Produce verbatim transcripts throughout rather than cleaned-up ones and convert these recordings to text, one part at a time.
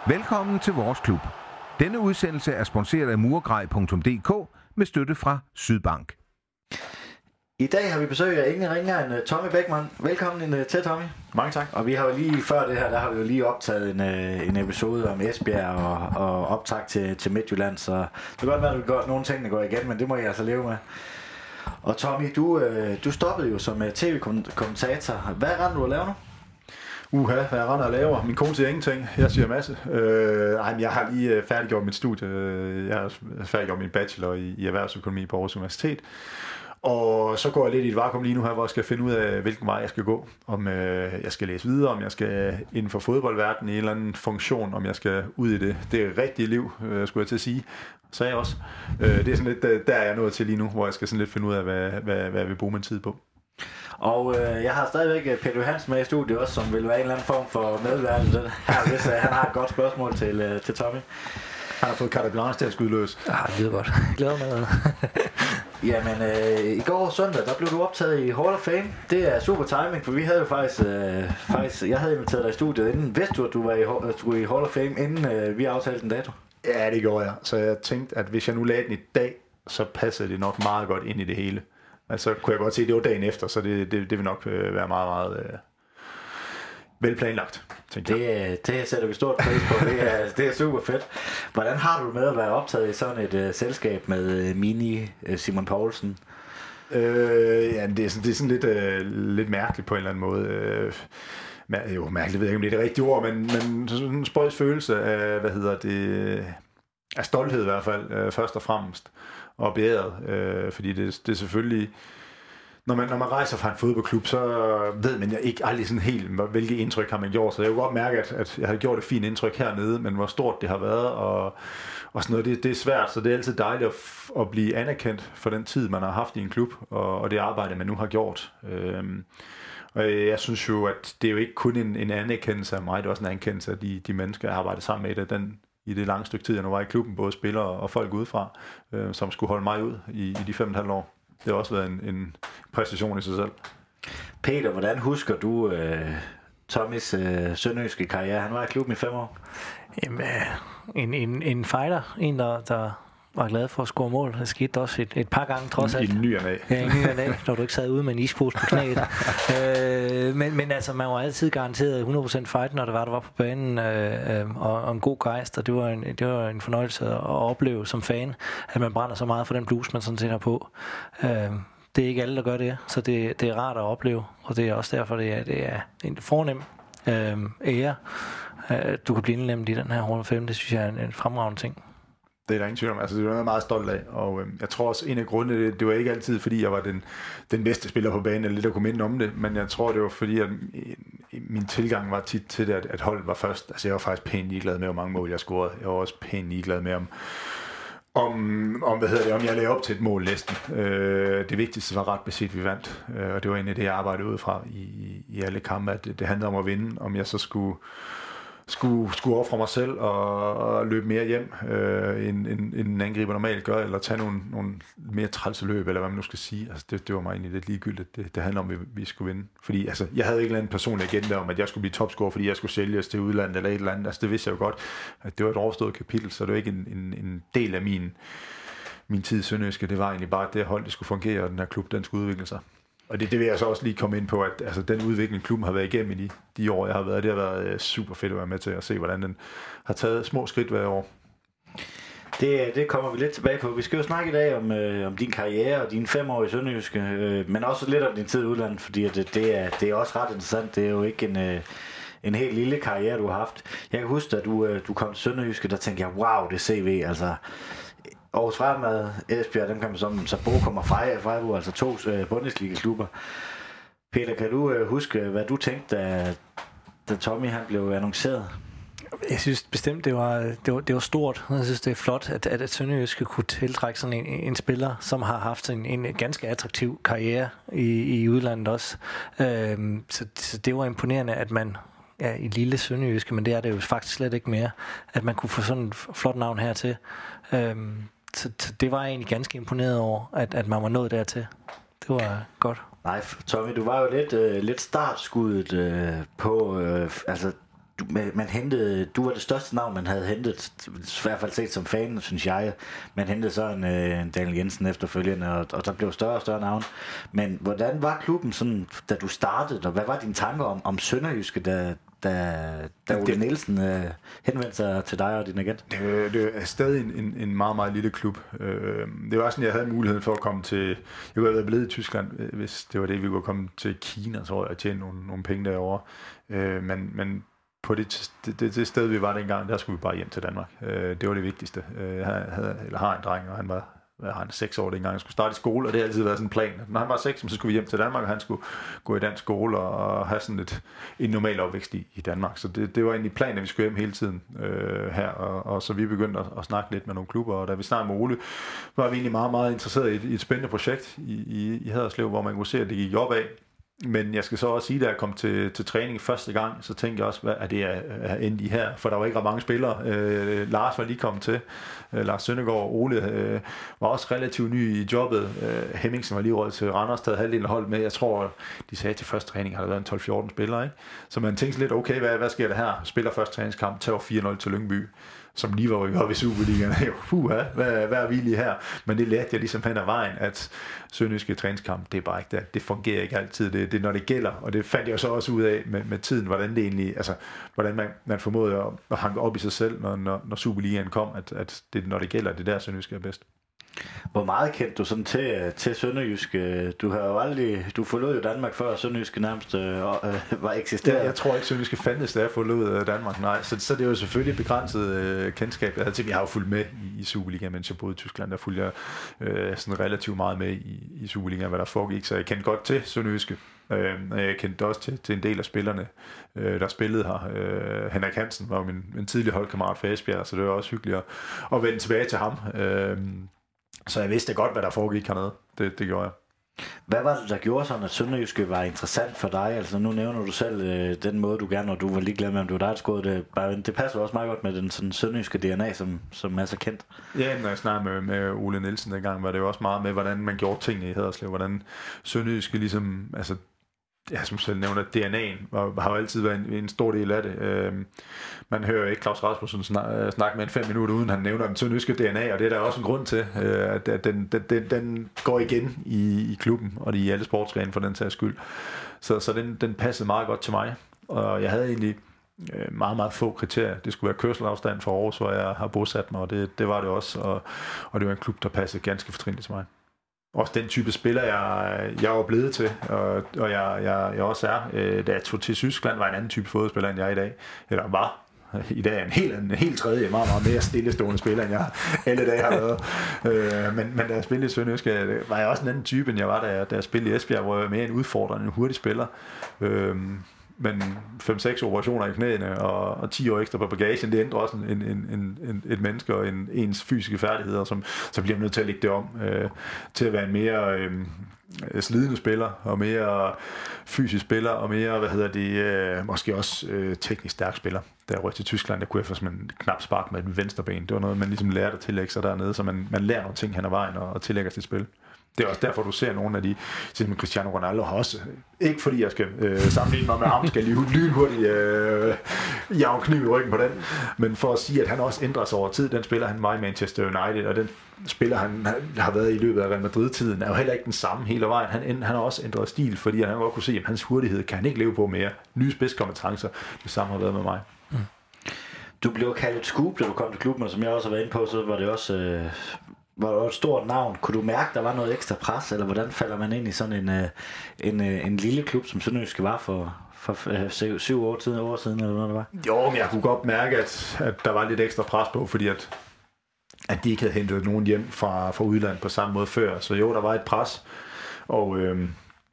Velkommen til vores klub. Denne udsendelse er sponsoreret af murgrej punktum d k med støtte fra Sydbank. I dag har vi besøg af ingen ringer end Tommy Bækman. Velkommen til, Tommy. Mange tak. Og vi har jo lige før det her, der har vi jo lige optaget en, en episode om Esbjerg og, og optag til, til Midtjylland, så det kan godt være, at vi gør, nogle ting, der går igen, men det må jeg altså leve med. Og Tommy, du, du stoppede jo som tv-kommentator. Hvad render du at lave nu? Uha, hvad jeg render og laver? Min kone siger ingenting. Jeg siger masse. Øh, ej, jeg har lige færdiggjort mit studie. Jeg har færdiggjort min bachelor i, i erhvervsøkonomi på Aarhus Universitet. Og så går jeg lidt i et vakuum lige nu her, hvor jeg skal finde ud af, hvilken vej jeg skal gå. Om øh, jeg skal læse videre, om jeg skal inden for fodboldverdenen i en eller anden funktion, om jeg skal ud i det, det rigtige liv, øh, skulle jeg til at sige. Så jeg også. Øh, det er sådan lidt, der er jeg nået til lige nu, hvor jeg skal sådan lidt finde ud af, hvad, hvad, hvad jeg vil bruge min tid på. Og øh, jeg har stadigvæk Peter Johansen med i studiet også, som vil være en eller anden form for medvært her, hvis øh, han har et godt spørgsmål til, øh, til Tommy. Han har fået carte blanche til at skyde løs. Ja, det lyder godt. Jeg glæder mig. Jamen, øh, i går søndag, der blev du optaget i Hall of Fame. Det er super timing, for vi havde jo faktisk, øh, faktisk jeg havde inviteret dig i studiet inden. Vidste du, at du var i, du var i Hall of Fame, inden øh, vi aftalte en dato? Ja, det gjorde jeg. Så jeg tænkte, at hvis jeg nu lagde den i dag, så passede det nok meget godt ind i det hele. Altså kunne jeg godt se, at det var dagen efter, så det, det, det vil nok øh, være meget, meget øh, velplanlagt. Det, det sætter vi stort pris på. Det er, det er super fedt. Hvordan har du med at være optaget i sådan et uh, selskab med uh, Mini, uh, Simon Poulsen? Øh, ja, det er sådan, det er sådan lidt, øh, lidt mærkeligt på en eller anden måde. Øh, mær- jo, mærkeligt ved jeg ikke, om det er det rigtige ord, men, men sådan en spøjs følelse af, hvad hedder det, af stolthed i hvert fald, øh, først og fremmest, og beæret, øh, fordi det, det er selvfølgelig, når man, når man rejser fra en fodboldklub, så ved man ikke aldrig sådan helt, hvilket indtryk har man gjort, så jeg kunne godt mærke, at, at jeg har gjort et fint indtryk hernede, men hvor stort det har været, og, og sådan noget, det, det er svært, så det er altid dejligt at, at blive anerkendt for den tid, man har haft i en klub, og, og det arbejde, man nu har gjort. Øhm, og jeg synes jo, at det er jo ikke kun en, en anerkendelse af mig, det er også en anerkendelse af de, de mennesker, jeg har arbejdet sammen med i det, den, i det lange stykke tid, jeg nu var i klubben, både spillere og folk udefra, øh, som skulle holde mig ud i, i de fem og et halvt år. Det har også været en, en præstation i sig selv. Peter, hvordan husker du øh, Tommys øh, sønderjyske karriere? Han var i klubben i fem år. Jamen, en, en, en fighter, en der, der var glad for at score mål. Det skete også et, et par gange trods alt. I ny og næ. Ja, i ny og næ, når du ikke sad ude med en ispose på knæet. øh, men, men altså, man var altid garanteret hundrede procent fight, når det var, der var på banen, øh, øh, og, og en god gejst, og det var en, det var en fornøjelse at opleve som fan, at man brænder så meget for den bluse, man sådan set har på. Øh, det er ikke alle, der gør det, så det, det er rart at opleve, og det er også derfor, det er, det er en fornem øh, ære. Øh, du kan blive indlemmet i den her Hall of Fame, det synes jeg er en, en fremragende ting. Det er der ingen tvivl om. Altså, det var jeg meget stolt af, og øh, jeg tror også, en af grundene, det, det var ikke altid, fordi jeg var den, den bedste spiller på banen, eller lidt at kunne minde om det, men jeg tror, det var fordi, at min tilgang var tit til det, at, at holdet var først. Altså, jeg var faktisk pænt ligeglad med, hvor mange mål jeg scorede. Jeg var også pænt ligeglad med, om, om, om hvad hedder det, om jeg lagde op til et mål næsten. Øh, det vigtigste var ret beset, vi vandt, øh, og det var egentlig det, jeg arbejdede ud fra i, i alle kampe, at det, det handlede om at vinde, om jeg så skulle skulle, skulle ofre mig selv og, og løbe mere hjem, øh, end, end, end en angriber normalt gør, eller tage nogle, nogle mere trælse løb, eller hvad man nu skal sige. Altså, det, det var mig egentlig lidt ligegyldigt. Det, det handler om, at vi, vi skulle vinde. Fordi altså, jeg havde ikke en eller anden personlig agenda om, at jeg skulle blive topscorer, fordi jeg skulle sælges til udlandet eller et eller andet. Altså, det vidste jeg jo godt, at det var et overstået kapitel, så det var ikke en, en, en del af min, min tid i Sønderjyske. Det var egentlig bare, at det hold, det skulle fungere, og den her klub, den skulle udvikle sig. Og det, det vil jeg så også lige komme ind på, at altså, den udvikling, klubben har været igennem i de, de år, jeg har været, det har været super fedt at være med til at se, hvordan den har taget små skridt hver år. Det, det kommer vi lidt tilbage på. Vi skal jo snakke i dag om, øh, om din karriere og dine fem år i Sønderjyske, øh, men også lidt om din tid i udlandet, fordi det, det, er, det er også ret interessant. Det er jo ikke en, øh, en helt lille karriere, du har haft. Jeg kan huske, at du, øh, du kom til Sønderjyske, der tænkte jeg, wow, det er C V, altså... Aarhus Fremad, Esbjerg, dem kan man som Saarbrücken og Freiburg, altså to øh, Bundesliga-klubber. Peter, kan du øh, huske, hvad du tænkte, da, da Tommy han blev annonceret? Jeg synes bestemt, det var, det var, det var stort. Jeg synes, det er flot, at, at Sønderjyske kunne tiltrække sådan en, en spiller, som har haft en, en ganske attraktiv karriere i, i udlandet også. Øhm, så, så det var imponerende, at man ja, i lille Sønderjyske, men det er det jo faktisk slet ikke mere, at man kunne få sådan et flot navn hertil. Øhm, så, så det var jeg egentlig ganske imponeret over, at, at man var nået dertil. Det var godt. Nej, Tommy, du var jo lidt, øh, lidt startskuddet øh, på, øh, altså du, man hentede, du var det største navn, man havde hentet, i hvert fald set som fan, synes jeg. Man hentede så en, en Daniel Jensen efterfølgende, og, og der blev større og større navn. Men hvordan var klubben, sådan, da du startede, og hvad var dine tanker om, om Sønderjyske, da, da, da Ole Nielsen øh, henvendte sig til dig og din agent? Det, det er stadig en, en, en meget, meget lille klub. Øh, det var sådan, jeg havde muligheden for at komme til... Jeg kunne have været blevet i Tyskland, hvis det var det, vi kunne komme til Kina, så jeg tjene nogle, nogle penge derovre. Øh, men, men på det, det, det sted, vi var dengang, der skulle vi bare hjem til Danmark. Øh, det var det vigtigste. Jeg havde, eller har en dreng, og han var... han er seks år dengang, han skulle starte i skole, og det har altid været sådan en plan. Når han var seks, så skulle vi hjem til Danmark, og han skulle gå i dansk skole og have sådan et, en normal opvækst i, i Danmark. Så det, det var egentlig planen, at vi skulle hjem hele tiden øh, her, og, og så vi begyndte at, at snakke lidt med nogle klubber, og da vi snakkede med Ole, var vi egentlig meget, meget interesseret i et, i et spændende projekt i, i, i Haderslev, hvor man kunne se, at det gik opad. Men jeg skal så også sige, da jeg kom til, til træning første gang, så tænkte jeg også, hvad er det er endt i her? For der var ikke ret mange spillere. Øh, Lars var lige kommet til. Øh, Lars Søndergaard og Ole øh, var også relativt ny i jobbet. Øh, Hemmingsen var lige råd til Randers, der havde halvdelen af holdet med. Jeg tror, de sagde til første træning, har der været en tolv fjorten spillere. Ikke? Så man tænkte lidt, okay, hvad, hvad sker der her? Spiller første træningskamp, tager fire nul til Lyngby, som lige var rykket op i Superligaen. Puha, hvad, hvad er vi lige her? Men det lærte jeg ligesom hen ad vejen, at sønderjyske træningskamp, det er bare ikke det. Det fungerer ikke altid. Det, det er når det gælder, og det fandt jeg så også ud af med, med tiden, hvordan det egentlig, altså, hvordan man, man formåede at, at hanke op i sig selv, når, når, når Superligaen kom, at, at det, når det gælder, det er der sønderjyske er bedst. Hvor meget kendte du sådan til, til Sønderjyske? Du har jo aldrig, du forlod jo Danmark før Sønderjyske nærmest øh, var eksisteret. Ja, jeg tror ikke Sønderjyske fandtes, da jeg forlod Danmark, nej. Så, så det er jo selvfølgelig begrænset øh, kendskab. Jeg, tænkt, jeg har jo fulgt med i, i Superligaen, mens jeg boede i Tyskland. Der fulgte jeg øh, sådan relativt meget med i, i Superligaen, hvad der foregik. Så jeg kendte godt til Sønderjyske. Øh, jeg kendte også til, til en del af spillerne, øh, der spillede her. Øh, Henrik Hansen var jo min, min tidligere holdkammerat fra Esbjerg, så det var også hyggeligt at, at vende tilbage til ham. Øh, Så jeg vidste godt, hvad der foregik hernede. Det, det gjorde jeg. Hvad var det, der gjorde sådan, at Sønderjyske var interessant for dig? Altså nu nævner du selv øh, den måde, du gerne, og du var ligeglad med, om du var dig, der skåede det. Bare, det passer også meget godt med den sådan, sønderjyske D N A, som, som er så kendt. Ja, når jeg snakkede med, med Ole Nielsen dengang, var det jo også meget med, hvordan man gjorde tingene i Haderslev. Hvordan Sønderjyske ligesom... Altså, ja, som selv nævner, D N A'en var, har jo altid været en, en stor del af det. Øh, man hører ikke Claus Rasmussen snakke snak med en fem minutter, uden han nævner den sønderjyske D N A, og det er der også en grund til, øh, at, at den, den, den går igen i, i klubben, og i alle sportsgrene for den sags skyld. Så, så den, den passede meget godt til mig, og jeg havde egentlig øh, meget, meget få kriterier. Det skulle være kørselsafstand fra Aarhus, hvor jeg har bosat mig, og det, det var det også, og, og det var en klub, der passede ganske fortrinligt til mig. Også den type spiller, jeg, jeg er blevet til, og, og jeg, jeg, jeg også er. Øh, da jeg tog til Tyskland, var en anden type fodboldspiller, end jeg er i dag. Eller var. I dag er en helt, en helt tredje, meget, meget mere stillestående spiller, end jeg alle dage har været. Øh, men, men da jeg spillede i Sønderjyske, var jeg også en anden type, end jeg var, da jeg, da jeg spillede i Esbjerg, hvor jeg var mere en udfordrende, en hurtig spiller. Øh, men fem seks operationer i knæene og, og ti år ekstra på bagagen, det ændrer også en, en, en, en, et menneske og en, ens fysiske færdigheder, som, så bliver man nødt til at lægge det om øh, til at være en mere øh, slidende spiller og mere fysisk spiller og mere, hvad hedder det, øh, måske også øh, teknisk stærk spiller. Da jeg røg til Tyskland, der kunne jeg få sådan en knap spark med et venstre ben. Det var noget, man ligesom lærte at tillægge sig dernede, så man, man lærer nogle ting hen ad vejen og, og tillægger sit spil. Det er også derfor, du ser nogle af de, som Cristiano Ronaldo har også, ikke fordi jeg skal øh, sammenligne mig med ham, skal lige lynhurtigt øh, jage kniv i ryggen på den, men for at sige, at han også ændrer sig over tid. Den spiller han var i Manchester United, og den spiller han har været i løbet af Real Madrid-tiden, er jo heller ikke den samme hele vejen. Han, han har også ændret stil, fordi han godt kunne se, at hans hurtighed kan han ikke leve på mere. Nye spidskompetencer, det samme har været med mig. Mm. Du blev kaldt Scoop, da du kom til klubben, og som jeg også har været inde på, så var det også... Øh var det et stort navn. Kunne du mærke, der var noget ekstra pres, eller hvordan falder man ind i sådan en, en, en lille klub, som Sønderjyske var for, for syv, syv år, siden, år siden, eller hvad det var? Jo, men jeg kunne godt mærke, at, at der var lidt ekstra pres på, fordi at, at de ikke havde hentet nogen hjem fra, fra udlandet på samme måde før. Så jo, der var et pres, og... Øhm,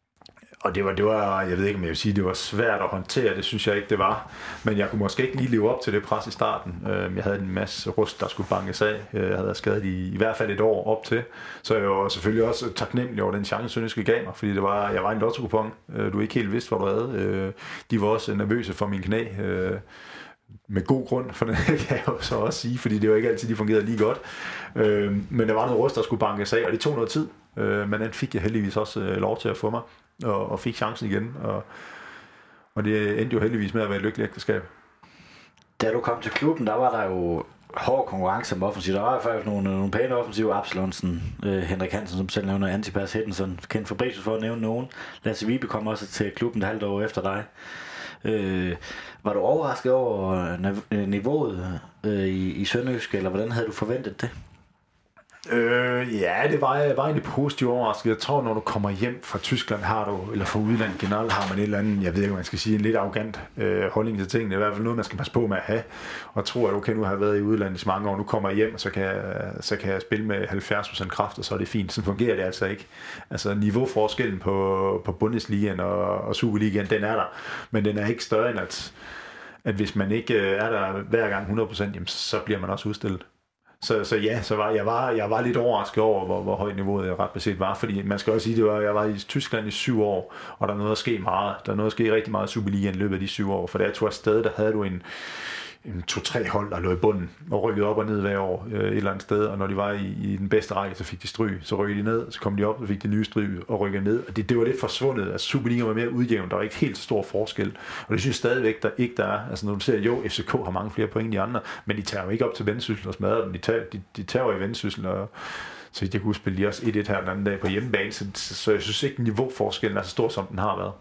Og det var, det var, jeg ved ikke, om jeg vil sige, det var svært at håndtere, det synes jeg ikke, det var. Men jeg kunne måske ikke lige leve op til det pres i starten. Jeg havde en masse rust, der skulle bankes af. Jeg havde været skadet i, i hvert fald et år op til. Så jeg var selvfølgelig også taknemmelig over den chance, Sønderjyske gav mig, fordi det var, jeg var en lotto-kupon. Du ikke helt vidste, hvad du havde. De var også nervøse for min knæ. Med god grund, for det kan jeg jo så også sige, fordi det var ikke altid, de fungerede lige godt. Men der var noget rust, der skulle bankes af, og det tog noget tid. Men den fik jeg heldigvis også lov til at få mig. Og, og fik chancen igen, og, og det endte jo heldigvis med at være et lykkeligt ægteskab. Da du kom til klubben, der var der jo hård konkurrence om offensiv. Der var faktisk nogle, nogle pæne offensive. Absalonsen, øh, Henrik Hansen, som selv nævner, Antipas Heddensen, kendt Fabricius for at nævne nogen. Lasse Vibe kom også til klubben et halvt år efter dig. Øh, var du overrasket over niveauet øh, i, i Sønderjysk, eller hvordan havde du forventet det? Øh, ja, det var jeg var egentlig positivt overrasket. Jeg tror, når du kommer hjem fra Tyskland, har du, eller fra udlandet generelt, har man et eller andet, jeg ved ikke, hvad man skal sige, en lidt arrogant øh, holdning til tingene. Det er i hvert fald noget, man skal passe på med at have. Og tro, at okay, nu har jeg været i udlandet i mange år, nu kommer jeg hjem, og så kan jeg, så kan jeg spille med halvfjerds procent kraft, og så er det fint. Så fungerer det altså ikke. Altså niveauforskellen på, på Bundesligaen og, og Superligaen, den er der. Men den er ikke større end, at, at hvis man ikke er der hver gang hundrede procent, jamen, så bliver man også udstillet. Så, så ja, så var, jeg, var, jeg var lidt overrasket over, hvor, hvor højt niveauet jeg ret beset var, fordi man skal også sige, at jeg var i Tyskland i syv år, og der er noget at ske meget. Der er noget at ske rigtig meget i Superligaen i løbet af de syv år, for der tog afsted, der havde du en, en to-tre hold, der lå i bunden, og rykkede op og ned hver år øh, et eller andet sted, og når de var i, i den bedste række, så fik de stryg, så rykkede de ned, så kom de op, og fik de nye stryg, og rykkede ned, og det, det var lidt forsvundet, altså Superligaen var mere udjævn, der var ikke helt så stor forskel, og det synes jeg stadigvæk, der ikke der er, altså når du ser, jo, F C K har mange flere point end de andre, men de tager jo ikke op til Vendsyssel og smadrer dem, de tager, de, de tager jo i Vendsyssel, og så jeg kunne spille de også et et her den anden dag på hjemmebane, så, så jeg synes ikke, niveauforskellen er så stor, som den har været.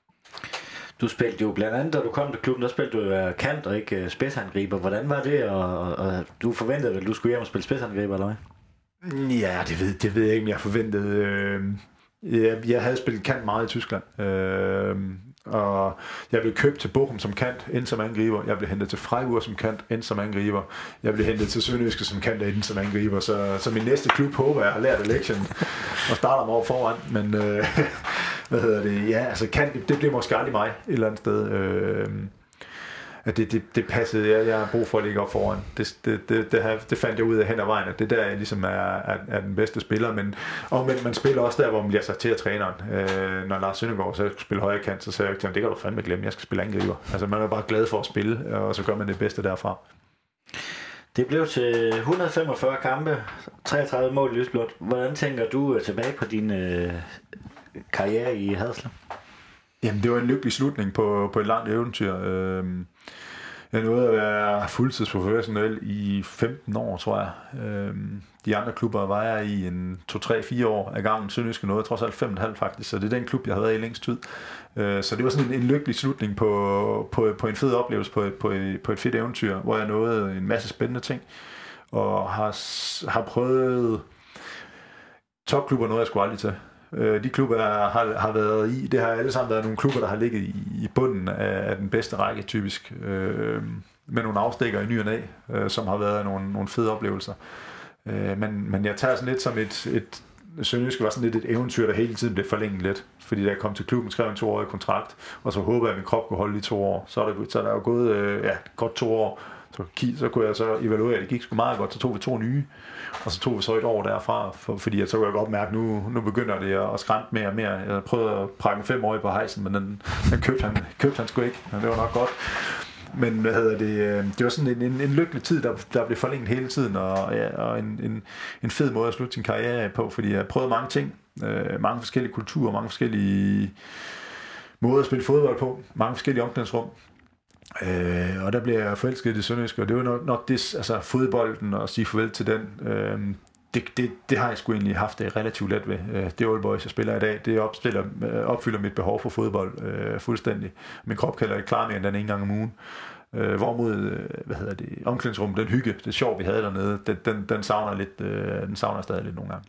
Du spillede jo blandt andet, da du kom til klubben, der spillede du uh, kant og ikke uh, spidsangriber. Hvordan var det? Og, og, og du forventede, at du skulle hjem og spille spidsangriber, eller hvad? Ja, det ved, det ved jeg ikke, om jeg forventede. Jeg, jeg havde spillet kant meget i Tyskland. Og jeg blev købt til Bochum som kant, ind som angriber. Jeg blev hentet til Freiburg som kant, ind som angriber. Jeg blev hentet til Sønderjyske som kant, ind som angriber. Så, så min næste klub håber jeg har lært af lektion og starter mig over foran. Men øh, hvad hedder det? Ja, altså kant, det blev måske aldrig mig et eller andet sted. Øh, at det, det, det passede. Jeg, jeg har brug for at ligge op foran. Det, det, det, det, her, det fandt jeg ud af hen ad vejen, at det der jeg ligesom er, er, er den bedste spiller. Men, og, men man spiller også der, hvor man bliver sagt til af træneren. Øh, når Lars Søndergaard så skulle spille højre kant, så sagde jeg til ham, det kan du fandme glemme, jeg skal spille angriber. Altså man er bare glad for at spille, og så gør man det bedste derfra. Det blev til et hundrede og femogfyrre kampe, treogtredive mål i lysblåt. Hvordan tænker du tilbage på din øh, karriere i Haderslev? Jamen, det var en lykkelig slutning på, på et langt eventyr. Jeg nåede at være fuldtidsprofessionel i femten år, tror jeg. De andre klubber var jeg i en to, tre, fire år af gangen. Sønderjyske nåede trods alt fem og en halv faktisk, så det er den klub, jeg har været i længst tid. Så det var sådan en, en lykkelig slutning på, på, på en fed oplevelse, på et, på, et, på et fedt eventyr, hvor jeg nåede en masse spændende ting, og har, har prøvet topklubber, noget jeg skulle aldrig til. De klubber, jeg har, har været i, det har alle sammen været nogle klubber, der har ligget i, i bunden af, af den bedste række, typisk. Øh, med nogle afstikker i ny og næ, øh, som har været nogle, nogle fede oplevelser. Øh, men, men jeg tager sådan lidt som et, et Sønderjyske var sådan lidt et eventyr, der hele tiden blev forlænget lidt. Fordi da jeg kom til klubben, skrev en toårig kontrakt, og så håbede jeg, at min krop kunne holde i to år. Så er der, så er der jo gået øh, ja, godt to år. Så, så kunne jeg så evaluere, det gik sgu meget godt, så tog vi to nye, og så tog vi så et år derfra, for, fordi jeg så kunne jeg godt mærke, nu, nu begynder det at skrænte mere og mere. Jeg prøvede at prakke en fem år på hejsen, men den, den købte, han, købte han sgu ikke, og det var nok godt. Men hvad hedder det, det var sådan en, en, en lykkelig tid, der, der blev forlænget hele tiden, og, ja, og en, en, en fed måde at slutte sin karriere på, fordi jeg prøvede mange ting, øh, mange forskellige kulturer, mange forskellige måder at spille fodbold på, mange forskellige omklædningsrum. Øh, og der blev jeg forelsket i det sønderjyske, og det var nok, nok det, altså fodbolden, og at sige farvel til den, øh, det, det, det har jeg sgu egentlig haft det relativt let ved. Øh, det Old Boys, jeg spiller i dag, det opstiller, opfylder mit behov for fodbold øh, fuldstændig. Min krop kan ikke klare mere end den en gang om ugen. Øh, hvorimod, øh, hvad hedder det, omklædningsrum, den hygge, det sjov, vi havde dernede, den, den, den savner lidt, øh, den savner stadig lidt nogle gange.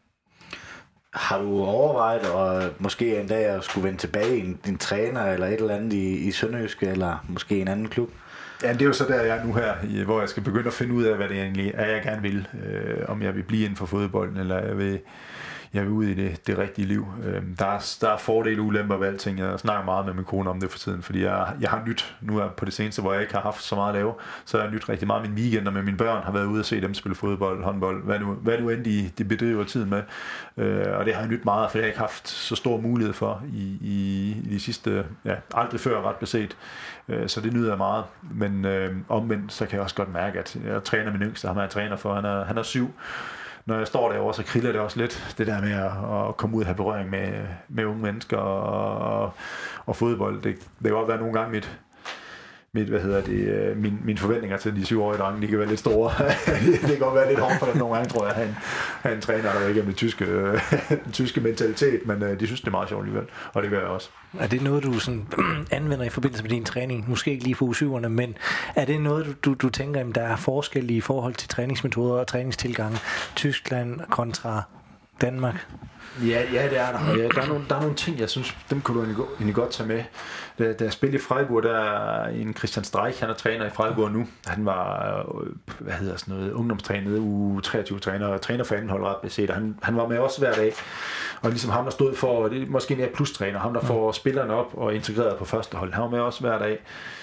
Har du overvejet at måske en dag at skulle vende tilbage i en, en træner eller et eller andet i, i Sønderjyske, eller måske en anden klub? Ja, det er jo så der, jeg er nu her, hvor jeg skal begynde at finde ud af, hvad det egentlig er, jeg gerne vil. Øh, om jeg vil blive inden for fodbolden, eller jeg vil, jeg vil ud i det, det rigtige liv. Øh, der, er, der er fordele og ulemper ved alting. Jeg snakker meget med min kone om det for tiden, fordi jeg, jeg har nyt, nu er på det seneste, hvor jeg ikke har haft så meget at lave, så har jeg nyt rigtig meget min weekender med mine børn, har været ude og se dem spille fodbold, håndbold, hvad nu, hvad nu end de, de bedriver tiden med. Øh, og det har jeg nyt meget, for jeg har ikke haft så stor mulighed for i, i, i de sidste, ja, aldrig før ret beset. Øh, så det nyder jeg meget. Men øh, omvendt, så kan jeg også godt mærke, at jeg træner min yngste, ham er jeg træner for, han er, han er syv. Når jeg står derovre, så kriller det også lidt, det der med at, at komme ud og have berøring med, med unge mennesker og, og, og fodbold. Det, det kan godt være nogle gange mit, mit, hvad hedder det, min, mine forventninger til de syvårige drenge, de kan være lidt store. Det kan godt være lidt hårdt for dem nogle gange, tror jeg, at have en, have en træner, der ikke er med det tyske, den tyske mentalitet, men de synes, det er meget sjovt alligevel, og det gør jeg også. Er det noget, du sådan anvender i forbindelse med din træning? Måske ikke lige på U syverne, men er det noget, du, du, du tænker, at der er forskel i forhold til træningsmetoder og træningstilgange? Tyskland kontra Danmark? Ja, ja, det er der. Ja, der, er nogle, der er nogle ting, jeg synes, dem kunne du egentlig godt tage med. Da, da jeg spillede i Freiburg, der er en Christian Streich, han er træner i Freiburg nu. Han var, hvad hedder sådan noget, ungdomstræner, U treogtyve-træner, træner for anden hold ret beset. Han, han var med også hver dag. Og ligesom ham, der stod for, det er måske en plus-træner, ham, der får spillerne op og integreret på første hold. Han var med også hver dag.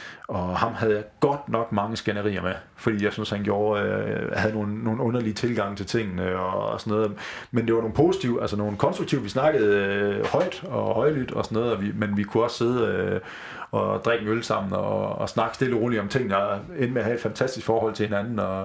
Og ham havde jeg godt nok mange skænderier med, fordi jeg synes, han gjorde, øh, havde nogle, nogle underlige tilgang til tingene og, og sådan noget. Men det var nogle positive, altså nogle konstruktive. Vi snakkede øh, højt og højlydt og sådan noget, og vi, men vi kunne også sidde øh, og drikke øl sammen og, og snakke stille og roligt om ting, der endte med at have et fantastisk forhold til hinanden og,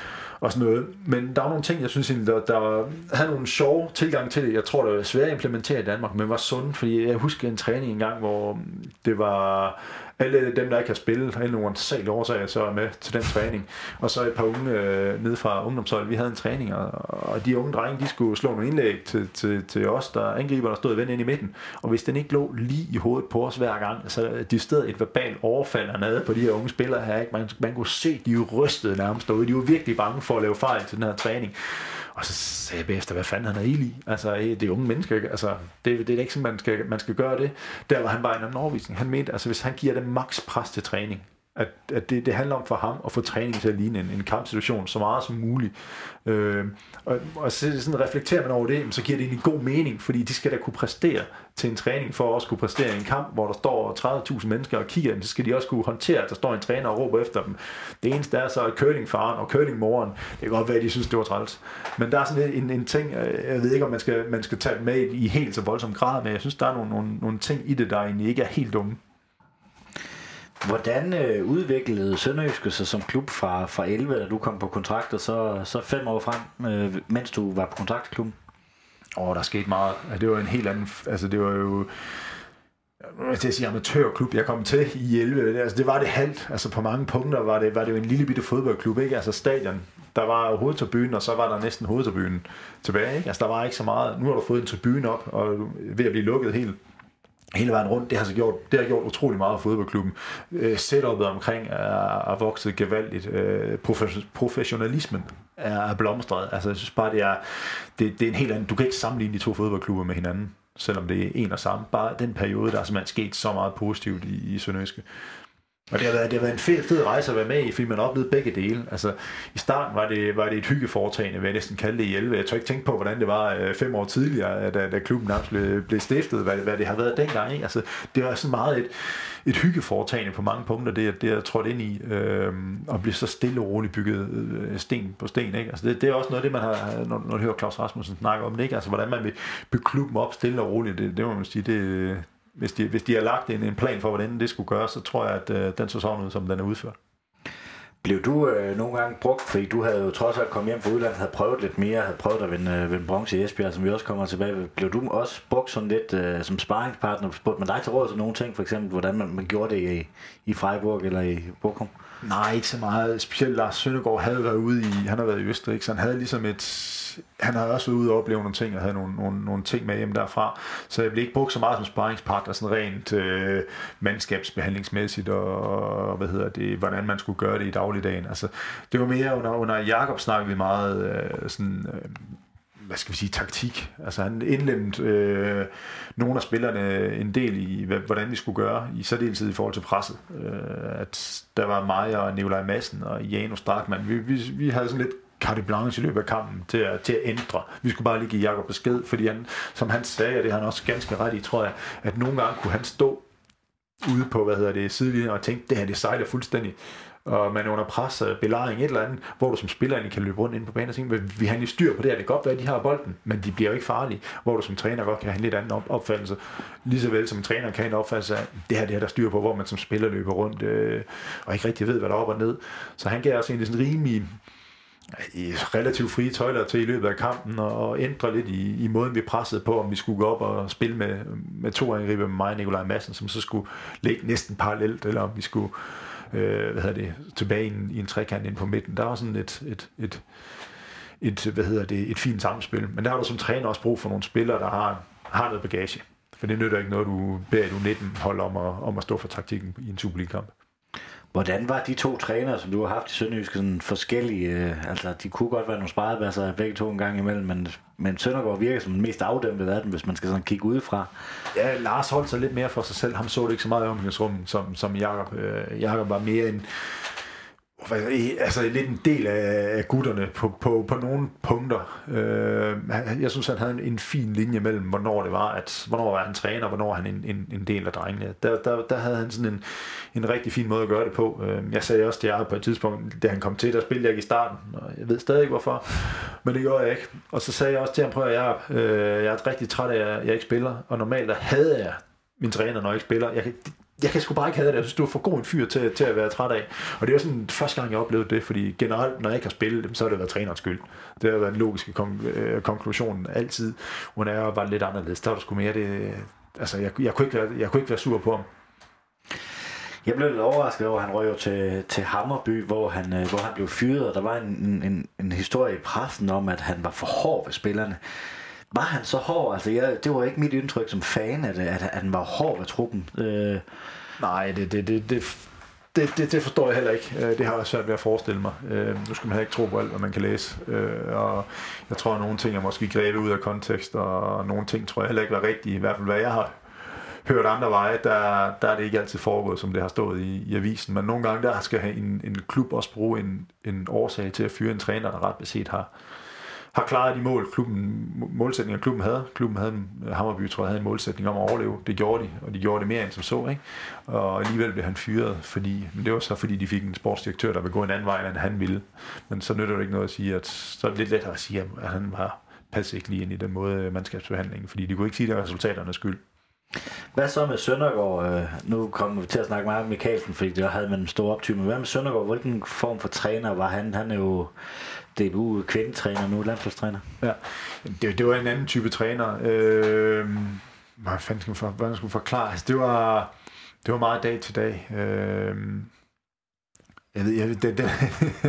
og sådan noget. Men der var nogle ting, jeg synes, der, der havde nogle sjove tilgang til det. Jeg tror, det var svært at implementere i Danmark, men var sundt, fordi jeg husker en træning engang, hvor det var alle dem, der ikke kan spille, alle nogle særlige årsager, så er med til den træning. Og så et par unge øh, nede fra ungdomsholdet, vi havde en træning, og, og de unge drenge, de skulle slå nogle indlæg til, til, til os, der angriber, der stod og vendte ind i midten. Og hvis den ikke lå lige i hovedet på os hver gang, så de stod et verbalt overfald hernede på de her unge spillere her. Ikke? Man, man kunne se, de rystede nærmest derude. De var virkelig bange for at lave fejl til den her træning. Og så sagde jeg bagefter, hvad fanden han er i? Altså, det er unge mennesker, altså, det, det er ikke sådan, man skal, man skal gøre det. Der var han bare en anden overvisning. Han mente, altså, hvis han giver det maks pres til træning, at, at det, det handler om for ham at få træning til at ligne en, en kampsituation så meget som muligt. Øh, og, og så sådan reflekterer man over det, så giver det egentlig god mening, fordi de skal da kunne præstere til en træning for at også kunne præstere i en kamp, hvor der står tredive tusind mennesker og kigger, så skal de også kunne håndtere, at der står en træner og råber efter dem. Det eneste er så, at curlingfaren og curlingmoren, det kan godt være, at de synes, det var træls. Men der er sådan en, en ting, jeg ved ikke, om man skal, man skal tage med i helt så voldsom grad, men jeg synes, der er nogle, nogle, nogle ting i det, der egentlig ikke er helt dumme. Hvordan øh, udviklede Sønderjyske sig som klub fra, fra elleve, da du kom på kontrakt, og så, så fem år frem, øh, mens du var på kontraktklubben? Åh, oh, der skete meget. Det var en helt anden... Altså, det var jo... Jeg vil til at sige amatørklub, jeg kom til i elleve. Altså, det var det halvt. Altså, på mange punkter var det, var det jo en lille bitte fodboldklub, ikke? Altså, stadion. Der var hovedtribunen, og så var der næsten hovedtribunen tilbage, ikke? Altså, der var ikke så meget. Nu har du fået en tribune op, og ved at blive lukket helt hele vejen rundt. Det har så gjort, det har gjort utrolig meget af fodboldklubben. Øh, setupet omkring er, er vokset gevaldigt. Øh, professionalismen er, er blomstret. Altså, jeg synes bare, det er, det, det er en helt anden... Du kan ikke sammenligne de to fodboldklubber med hinanden, selvom det er en og samme. Bare den periode, der er simpelthen sket så meget positivt i, i Sønderjyske. Og det har været, det har været en fed, fed rejse at være med i, fordi man oplevede begge dele. Altså, i starten var det, var det et hyggeforetagende, vil jeg næsten kalde det i elleve. Jeg tror ikke tænke på, hvordan det var øh, fem år tidligere, da, da klubben nærmest blev, blev stiftet, hvad, hvad det har været dengang. Ikke? Altså, det var sådan meget et, et hyggeforetagende på mange punkter, det, det er trådt ind i, øh, og blive så stille og roligt bygget øh, sten på sten. Ikke? Altså, det, det er også noget af det, man har, når, når du hører Claus Rasmussen snakke om det, ikke? Altså, hvordan man vil bygge klubben op stille og roligt, det, det må man sige, det Hvis de, hvis de har lagt en, en plan for, hvordan det skulle gøres, så tror jeg, at øh, den så sådan ud, som den er udført. Blev du øh, nogle gange brugt, fordi du havde jo trods alt kommet hjem fra udlandet, havde prøvet lidt mere, havde prøvet at vinde, vinde bronze i Esbjerg, som vi også kommer tilbage ved. Blev du også brugt sådan lidt øh, som sparringspartner? Spurgte man dig til råd til nogle ting, for eksempel, hvordan man, man gjorde det i, i Freiburg eller i Bochum? Nej, ikke så meget. Specielt Lars Søndergaard havde været ude i, han har været i Østrig, så han havde ligesom et, han havde også været ude og opleve nogle ting, og havde nogle, nogle, nogle ting med hjem derfra, så jeg blev ikke brugt så meget som sparringspartner, sådan rent øh, mandskabsbehandlingsmæssigt, og, og hvad hedder det, hvordan man skulle gøre det i dagligdagen. Altså, det var mere under, under Jakob snakkede vi meget øh, sådan, øh, hvad skal vi sige, taktik. Altså han indlemmede øh, nogle af spillerne en del i, hvordan vi skulle gøre, i særdeleshed i forhold til presset. Øh, at der var mig og Nikolaj Madsen og Janus Strakman. Vi, vi, vi havde sådan lidt carte blanche i løbet af kampen til at, til at ændre. Vi skulle bare lige give Jakob besked, fordi han, som han sagde, og det har han også ganske ret i, tror jeg, at nogle gange kunne han stå ude på, hvad hedder det, sidelinjen og tænke, det her, det sejler fuldstændig. Og man er under pres, belejring, et eller andet, hvor du som spiller egentlig kan løbe rundt ind på banen og tænke, vi har lige styr på det her, det kan godt være, at de har bolden, men de bliver jo ikke farlige, hvor du som træner godt kan have en lidt anden opfattelse, lige så vel som træner kan have en opfattelse af, det her, det her, der styr på, hvor man som spiller løber rundt, øh, og ikke rigtig ved, hvad der er op og ned. Så han gav også egentlig sådan rimelig relativt frie tøjler til i løbet af kampen, og ændre lidt i, i måden, vi pressede på, om vi skulle gå op og spille med, med to angriber med mig og Nikolaj Madsen, som så skulle ligge næsten parallelt, eller om vi skulle øh, hvad hedder det, tilbage i en, i en trekant ind på midten. Der var sådan et, et, et, et, hvad hedder det, et fint samspil. Men der har du som træner også brug for nogle spillere, der har, har noget bagage. For det nytter ikke noget, du beder et U nitten hold om at, om at stå for taktikken i en Superliga-kamp. Hvordan var de to trænere, som du har haft i Sønderjysk, sådan forskellige? Øh, altså, de kunne godt være nogle sparebasser begge to en gang imellem, men, men Søndergaard virker som den mest afdæmpede af dem, hvis man skal sådan kigge udefra. Ja, Lars holdt sig lidt mere for sig selv. Ham så det ikke så meget i omklædningsrummet, som, som Jakob. Øh, Jakob var mere en... Altså lidt en del af gutterne på, på, på nogle punkter. Jeg synes, han havde en, en fin linje mellem, hvornår det var, at hvornår var han træner, og hvornår han en, en, en del af drengene. Der, der, der havde han sådan en, en rigtig fin måde at gøre det på. Jeg sagde også til Jakob på et tidspunkt, da han kom til, der spillede jeg ikke i starten, og jeg ved stadig ikke hvorfor, men det gjorde jeg ikke. Og så sagde jeg også til ham, prøv at Jakob, jeg er rigtig træt af, at jeg ikke spiller, og normalt der havde jeg min træner, når jeg ikke spiller. Jeg kan, Jeg kan sgu bare ikke have det. Jeg synes, du er for god en fyr til, til at være træt af. Og det er sådan første gang, jeg oplevede det, fordi generelt, når jeg ikke har spillet, så har det været trænerens skyld. Det har været en logisk kon- øh, konklusion altid. Under jeg var lidt anderledes, der var det sgu mere det... Altså, jeg, jeg, kunne ikke være, jeg kunne ikke være sur på ham. Jeg blev lidt overrasket over, at han røg jo til, til Hammarby, hvor han, øh, hvor han blev fyret, og der var en, en, en historie i pressen om, at han var for hård ved spillerne. Var han så hård? Altså, jeg, det var ikke mit indtryk som fan, at, at, at han var hård ved truppen. Øh. Nej, det, det, det, det, det, det, det forstår jeg heller ikke. Det har jeg svært ved at forestille mig. Nu skal man heller ikke tro på alt, hvad man kan læse. Og jeg tror, at nogle ting er måske grebet ud af kontekst, og nogle ting tror jeg heller ikke var rigtige. I hvert fald, hvad jeg har hørt andre veje, der, der er det ikke altid foregået, som det har stået i, i avisen. Men nogle gange, der skal en, en klub også bruge en, en årsag til at fyre en træner, der ret beset har har klaret de mål, klubben, målsætninger klubben havde. Klubben havde, Hammarby tror jeg, havde en målsætning om at overleve. Det gjorde de, og de gjorde det mere end som så, ikke? Og alligevel blev han fyret, fordi, men det var så fordi, de fik en sportsdirektør, der ville gå en anden vej, end han ville. Men så nytter det ikke noget at sige, at så er det lidt lettere at sige, at han var passet ikke lige ind i den måde mandskabsbehandlingen, fordi de kunne ikke sige, at det var resultaternes skyld. Hvad så med Søndergaard? Nu kommer vi til at snakke meget om Mikkelsen, fordi der havde man en stor optyme. Hvad med Søndergaard? Hvilken form for træner var han? Han er jo D B U-kvindetræner nu, landsholdstræner. Ja, det, det var en anden type træner. Øh, hvad fanden skal man for, hvordan skulle forklare? Altså, det var det var meget dag til dag. Øh, jeg ved, jeg ved, det, det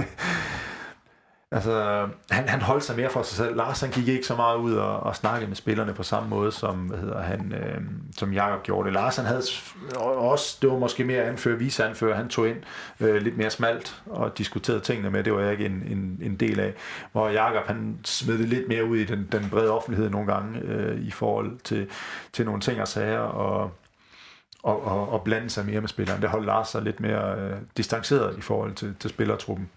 altså, han, han holdt sig mere for sig selv. Lars, han gik ikke så meget ud og, og snakkede med spillerne på samme måde, som, hvad hedder han, øh, som Jakob gjorde det. Lars, han havde også, det var måske mere anfører, viceanfører, han tog ind øh, lidt mere smalt og diskuterede tingene med, det var jeg ikke en, en, en del af. Hvor Jakob, han smed det lidt mere ud i den, den brede offentlighed nogle gange, øh, i forhold til, til nogle ting og sager, og og, og, og blande sig mere med spilleren. Det holdt Lars sig lidt mere øh, distanceret i forhold til, til spillertruppen.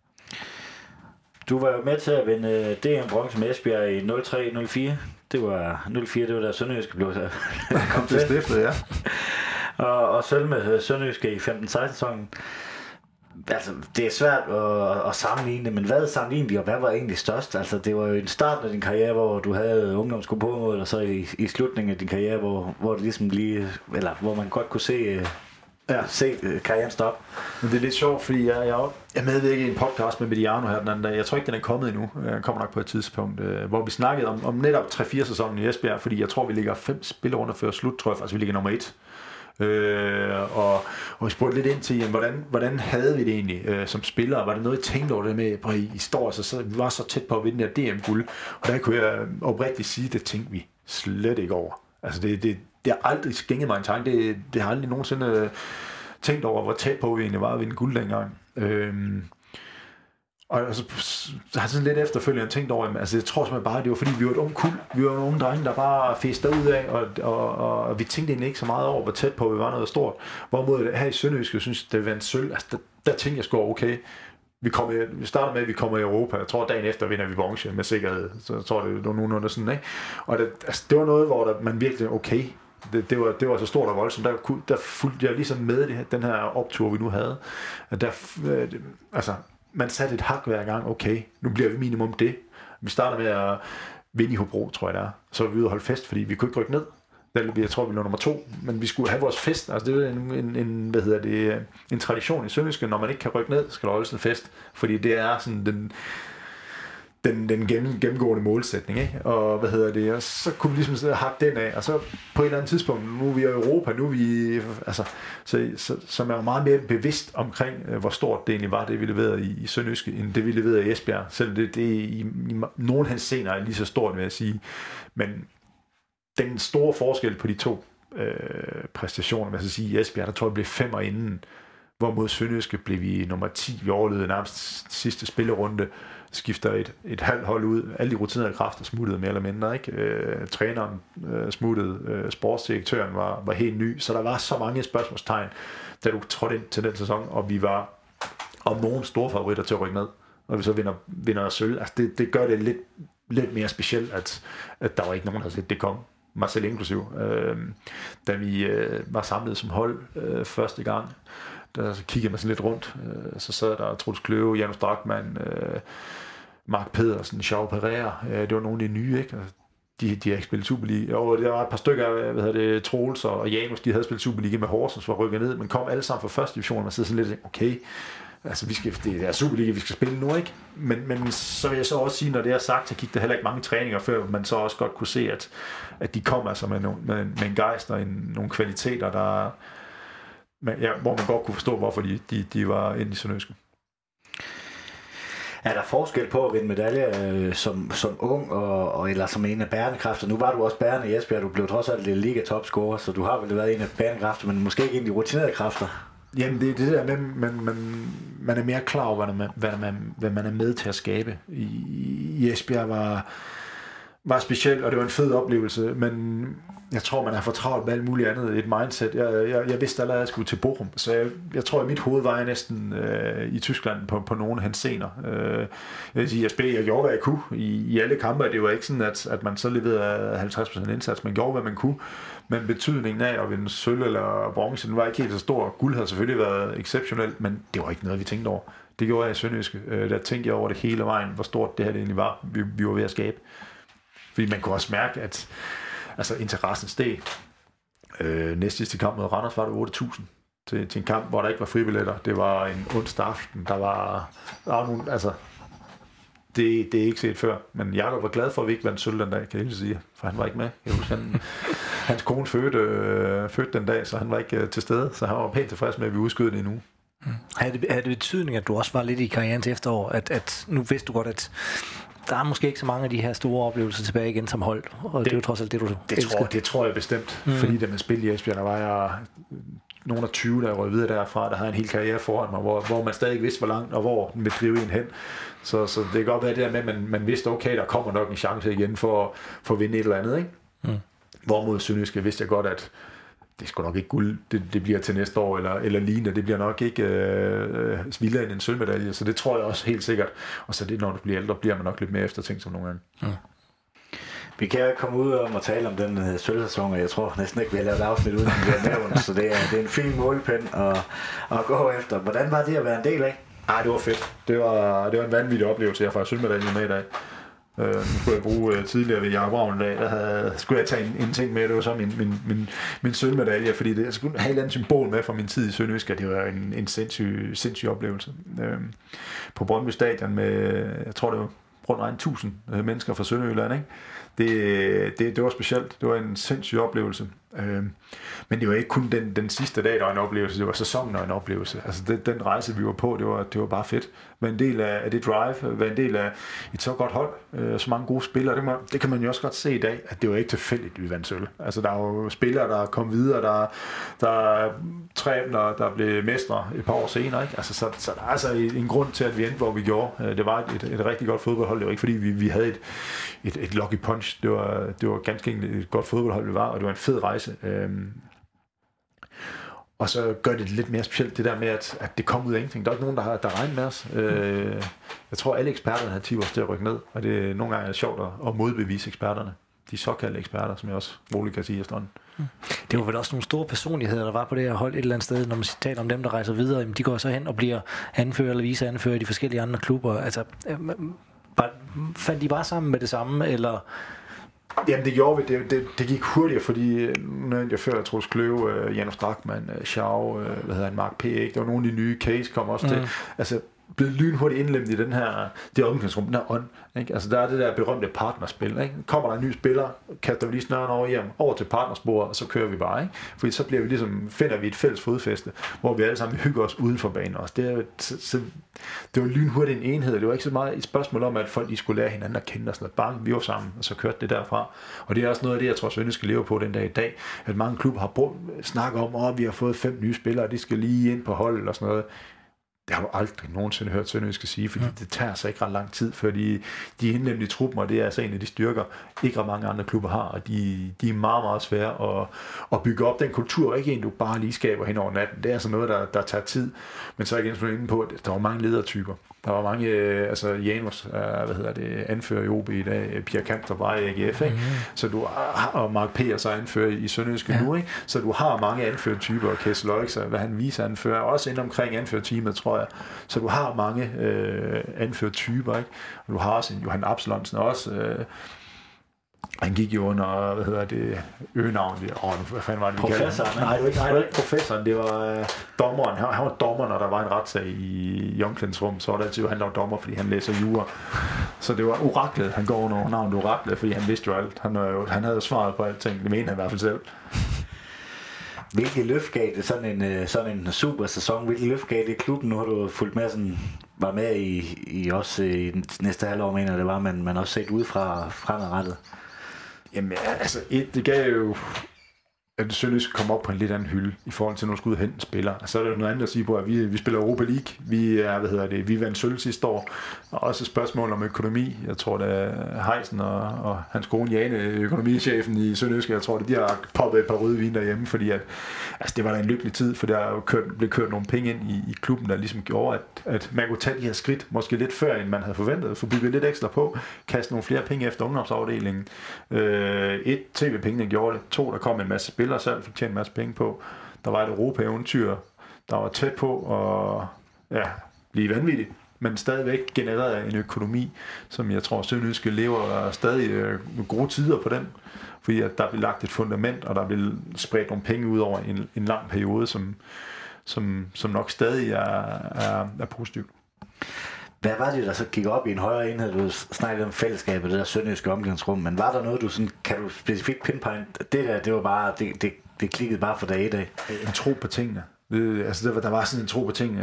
Du var jo med til at vinde D M-bronze med Esbjerg i nul tre nul fire. Det var nul fire, det var der Sønderjyske blev kom til stiftet, ja. og, og sølv med Sønderjyske i femten seksten sæsonen. Altså, det er svært at, at sammenligne det, men hvad sammenlignede de, og hvad var egentlig størst? Altså, det var jo en start af din karriere, hvor du havde ungdomsskole på mod, og så i, i slutningen af din karriere, hvor, hvor det ligesom lige, eller hvor man godt kunne se... Ja, se karrieren stoppe. Men det er lidt sjovt, fordi jeg, jeg, jeg medvirkede i en podcast med Mediano her den anden dag. Jeg tror ikke, den er kommet endnu. Den kommer nok på et tidspunkt, hvor vi snakkede om, om netop tre fire sæsonen i Esbjerg, fordi jeg tror, vi ligger fem spillerunder før slut, tror jeg. Altså, vi ligger nummer et. Øh, og, og vi spurgte lidt ind til, jamen, hvordan, hvordan havde vi det egentlig øh, som spillere? Var det noget, I tænkte over det med, at I står så, så vi var så tæt på at vinde der D M-guld? Og der kunne jeg oprigtigt sige, det tænkte vi slet ikke over. Altså, det, det Det har aldrig skænket mig en tanke. Det, det har aldrig nogensinde tænkt over, hvor tæt på vi egentlig var at vinde guld dengang. Øhm, og altså, så har jeg sådan lidt efterfølgende tænkt over, altså jeg tror simpelthen bare, det var fordi, vi var et unge kul. Vi var nogle drenge, der bare festede ud af, og, og, og, og vi tænkte egentlig ikke så meget over, hvor tæt på vi var noget stort. Hvorimod her i Sønderjysk, jeg synes, det var en sølv. Altså, der, der tænkte jeg sgu, okay, vi, kommer, vi starter med, at vi kommer i Europa. Jeg tror, dagen efter vinder vi bronze med sikkerhed. Så jeg tror, det var nogenlunde sådan, ikke? Og det, altså, det var noget, hvor der, man virkelig, okay, Det, det, var, det var så stort og voldsomt. Der, der fulgte jeg ligesom med det, den her optur, vi nu havde. Der, øh, altså, man satte et hak hver gang. Okay, nu bliver vi minimum det. Vi starter med at vinde i Hobro, tror jeg det er. Så var vi ude og holde fest, fordi vi kunne ikke rykke ned. Jeg tror, vi lå nummer to, men vi skulle have vores fest. Altså, det er en, en, en, hvad hedder det, en tradition i Sønderjyske. Når man ikke kan rykke ned, skal der holdes en fest. Fordi det er sådan den... den, den gennem, gennemgående målsætning, ikke? Og hvad hedder det, og så kunne vi ligesom hakke den af, og så på et eller andet tidspunkt, nu er vi i Europa, nu er vi, altså, så, så, så man er meget mere bevidst omkring, hvor stort det egentlig var, det vi leverede i, i Sønderjyske, end det vi leverede i Esbjerg, selvom det, det i, i nogle hans scener er lige så stort, vil jeg sige, men den store forskel på de to øh, præstationer, hvad skal jeg sige, i Esbjerg, der tror jeg blev femmer inden, hvor mod Sønderjyske blev vi nummer ti, vi overlevede nærmest sidste spillerunde, skifter et, et halvt hold ud. Alle de rutinerede kræfter smuttede mere eller mindre, ikke? Øh, træneren øh, smuttede, øh, sportsdirektøren var, var helt ny, så der var så mange spørgsmålstegn, da du trådte ind til den sæson, og vi var om nogen store favoritter til at rykke ned, og vi så vinder, vinder sølv. Altså det, det gør det lidt, lidt mere specielt, at, at der var ikke nogen, der havde set det komme. Mig selv inklusiv. Øh, da vi øh, var samlet som hold øh, første gang, der så kiggede man sådan lidt rundt, øh, så sad der Troels Kløve, Janus Drachmann, øh, Mark Pedersen, João Pereira, øh, det var nogle af de nye, ikke? De, de har ikke spillet Superliga, og der var et par stykker, hvad hedder det, Troels og Janus, de havde spillet Superliga med Horsens, var rykket ned, men kom alle sammen fra første division, og så sådan lidt, okay, altså vi skal, det er Superliga, vi skal spille nu, ikke? Men, men så vil jeg så også sige, når det er sagt, så gik der heller ikke mange træninger, før man så også godt kunne se, at, at de kom altså med, nogle, med, med en gejst og en, nogle kvaliteter, der men, ja, hvor man godt kunne forstå, hvorfor de, de, de var inde i Sønderjyske. Er der forskel på at vinde medalje øh, som, som ung og, og eller som en af bærende kræfter? Nu var du også bærende i Esbjerg, du blev trods alt liga-topscorer, så du har vel været en af bærende kræfter, men måske ikke en af de rutinerede kræfter. Jamen det er det der med, man, man, man er mere klar over, hvad man, hvad, man, hvad man er med til at skabe. I, i Esbjerg var, var specielt, og det var en fed oplevelse, men jeg tror, man er for travlt med alt muligt andet, et mindset. Jeg, jeg, jeg vidste allerede, at jeg skulle til Bochum, så jeg, jeg tror, at mit hoved var jeg næsten øh, i Tyskland på, på nogle af hans scener. Øh, jeg vil sige, jeg spillede, jeg gjorde, hvad jeg kunne i, i alle kampe, det var ikke sådan, at, at man så leverede halvtreds procent indsats, man gjorde, hvad man kunne, men betydningen af at vinde sølv eller bronze, den var ikke helt så stor. Guld havde selvfølgelig været exceptionelt, men det var ikke noget, vi tænkte over. Det gjorde jeg i Sønderjyske. Øh, der tænkte jeg over det hele vejen, hvor stort det her det egentlig var, vi, vi var ved at skabe. Fordi man kunne også mærke, at altså interessen steg. Øh, næst sidste kamp mod Randers var det otte tusind til, til en kamp, hvor der ikke var fribilletter. Det var en onsdag aften. Der var, der var nogle, altså, det, det er ikke set før. Men Jakob var glad for, at vi ikke vandt sølv den dag, kan jeg sige. For han var ikke med. Jeg husker, han, hans kone fødte, øh, fødte den dag, så han var ikke øh, til stede. Så han var pænt tilfreds med, at vi udskød det endnu. Mm. Havde det, havde det betydning, at du også var lidt i karrierens efterår? At, at nu vidste du godt, at der er måske ikke så mange af de her store oplevelser tilbage igen som hold, og det, det er jo trods alt det, du det tror, det tror jeg bestemt, mm. fordi da man spillede i Esbjerg, der var jeg nogen af tyve, der røg videre derfra, der havde en hel karriere foran mig, hvor, hvor man stadig ikke vidste, hvor langt og hvor den ville drive en hen. Så, så det kan godt være det der med, at man, man vidste, okay, der kommer nok en chance igen for, for at vinde et eller andet, ikke? Mm. Hvorimod Sønderjyske vidste jeg godt, at det skal nok ikke guld, det, det bliver til næste år, eller, eller lignende, det bliver nok ikke øh, vildere end en sølvmedalje, så det tror jeg også helt sikkert. Og så det, når du bliver ældre, bliver man nok lidt mere eftertænkt som nogle gange. Mm. Vi kan komme ud om at tale om den uh, sølvsæson, og jeg tror næsten ikke, vi har lavet afsnit uden, at vi har nævnt, så det er, det er en fin målpind at, at gå efter. Hvordan var det at være en del af? Ej, det var fedt. Det var, det var en vanvittig oplevelse. Jeg får sølvmedaljen med i dag. Uh, nu skulle jeg bruge uh, tidligere ved Jakob Ravn dag, der havde, skulle jeg tage en, en ting med, det var så min, min, min, min sølvmedalje, fordi det, jeg skulle have et eller andet symbol med fra min tid i Sønderjysk, det var en, en sindssyg, sindssyg oplevelse. Uh, på Brøndby Stadion med, jeg tror det var rundt tusind uh, mennesker fra Sønderjylland, ikke? Det, det, det var specielt, det var en sindssyg oplevelse. Uh, men det var ikke kun den, den sidste dag, der var en oplevelse, det var sæsonen og en oplevelse. Altså det, den rejse, vi var på, det var, det var bare fedt. Være en del af, af det drive, være en del af et så godt hold, øh, så mange gode spillere, det, må, det kan man jo også godt se i dag, at det var ikke tilfældigt, vi vandt sølv. Altså der er jo spillere, der er kommet videre, der, der er træner, der blev mestre et par år senere, ikke? Altså, så, så der er altså en grund til, at vi endte, hvor vi gjorde. Det var et, et, et rigtig godt fodboldhold, det var ikke fordi, vi, vi havde et, et, et lucky punch, det var, det var ganske enkelt et godt fodboldhold, vi var, og det var en fed rejse. Øhm, Og så gør det lidt mere specielt, det der med, at, at det kom ud af ingenting. Der er ikke nogen, der har der regnet med os. Øh, jeg tror, alle eksperterne har ti år til at rykke ned, og det er nogle gange er sjovt at modbevise eksperterne. De såkaldte eksperter, som jeg også roligt kan sige efterhånden. Det var vel også nogle store personligheder, der var på det her hold et eller andet sted, når man taler om dem, der rejser videre. De går så hen og bliver anfører eller viceanfører i de forskellige andre klubber. Altså, fandt de bare sammen med det samme, eller... Jamen det gjorde vi, det, det, det gik hurtigere, fordi når jeg før Troels Kløve, uh, Janus Drachmann, uh, João, uh, hvad hedder han, Mark P. Ikke? Der var nogle af de nye case kom også mm. til. Altså blevet lynhurtigt indlemmet i den her, det omklædningsrum, den her ånd. Ikke? Altså der er det der berømte partnerspil. Ikke? Kommer der en ny spiller, kaster vi lige snøren over hjem, over til partnersporet, og så kører vi bare. Ikke? Fordi så bliver vi ligesom, finder vi et fælles fodfæste, hvor vi alle sammen hygger os uden for banen også. Det, er, så, så, det var lynhurtigt en enhed. Det var ikke så meget et spørgsmål om, at folk de skulle lære hinanden at kende og sådan noget. Bare vi var sammen, og så kørte det derfra. Og det er også noget af det, jeg tror, Sønderjyske skal leve på den dag i dag. At mange klubber har brugt, snakket om, at vi har fået fem nye spillere, og de skal lige ind på holdet og sådan noget. Det har du aldrig nogensinde hørt Sønderjyske sige, fordi ja. det tager så ikke ret lang tid, før de, de er indlemmet i truppen, og det er altså en af de styrker, ikke ret mange andre klubber har, og de, de er meget, meget svære at, at bygge op. Den kultur er ikke en, du bare lige skaber hen over natten. Det er altså noget, der, der tager tid. Men så igen, som du er inde på, der var mange ledertyper. Der var mange, altså Janus, hvad hedder det, anfører i O B i dag, Pierre Kanter var i A G F, ikke? Mm-hmm. Så du har, og Mark Peters er anfører i Sønderjyske ja. nu, ikke? Så du har mange anførertyper, og Kessel Løjks, hvad han viser anfører, også inde omkring anførerteamet, tror jeg. Så du har mange øh, anførertyper, ikke? Og du har også en Johan Absalonsen også, øh, han gik jo under, hvad hedder det, øgenavnet, åh, hvad fanden var det, vi kaldte? Professoren, nej, det var ikke, nej, det var ikke professoren, det var uh, dommeren. Han, han var dommer, når der var en retssag i omklædningsrum, så var det altid, han var dommer, fordi han læser jura. Så det var oraklet, han går under navnet oraklet, fordi han vidste jo alt. Han, jo, han havde svaret på alting, det mente han i hvert fald selv. Hvilke løft gav det sådan en, sådan en super sæson? Hvilke løft gav det klubben? Nu har du fulgt med, sådan, var med i, i også i næste halvår, mener det var, men man også set udefra fremadrettet. Jamen, altså, et, det gav jo, at Sønderjyske kom op på en lidt anden hylde i forhold til, når du skulle ud og hente en spiller. Altså, så er der jo noget andet at sige på, at vi, vi spiller Europa League. Vi er, hvad hedder det, vi vandt sølv sidste år. Og også et spørgsmål om økonomi. Jeg tror, det er Heisen og, og hans kone Jane, økonomichefen i Sønderjyske, jeg tror, det, de har poppet et par rødvin derhjemme, fordi at, altså, det var da en lykkelig tid, for der er jo kørt, blev kørt nogle penge ind i, i klubben, der ligesom gjorde, at, at man kunne tage de her skridt, måske lidt før, end man havde forventet, få bygget lidt ekstra på, kaste nogle flere penge efter ungdomsafdelingen. Øh, et, tv-pengene gjorde det. To, der kom en masse spillere selv, fik tjent en masse penge på. Der var et Europa-eventyr, der var tæt på at ja, blive vanvittigt, men stadigvæk genereret en økonomi, som jeg tror, Sønderjyske lever stadig øh, gode tider på den, fordi at der blev lagt et fundament, og der blev spredt nogle penge ud over en, en lang periode, som, som, som nok stadig er, er, er positivt. Hvad var det, der så gik op i en højere enhed? Du snakkede om fællesskabet, det der sønderjyske omklædningsrum, men var der noget, du sådan, kan du specifikt pinpoint? Det der, det var bare, det, det, det klikkede bare for dag i dag. En tro på tingene. Det, altså, der var, der var sådan en tro på tingene.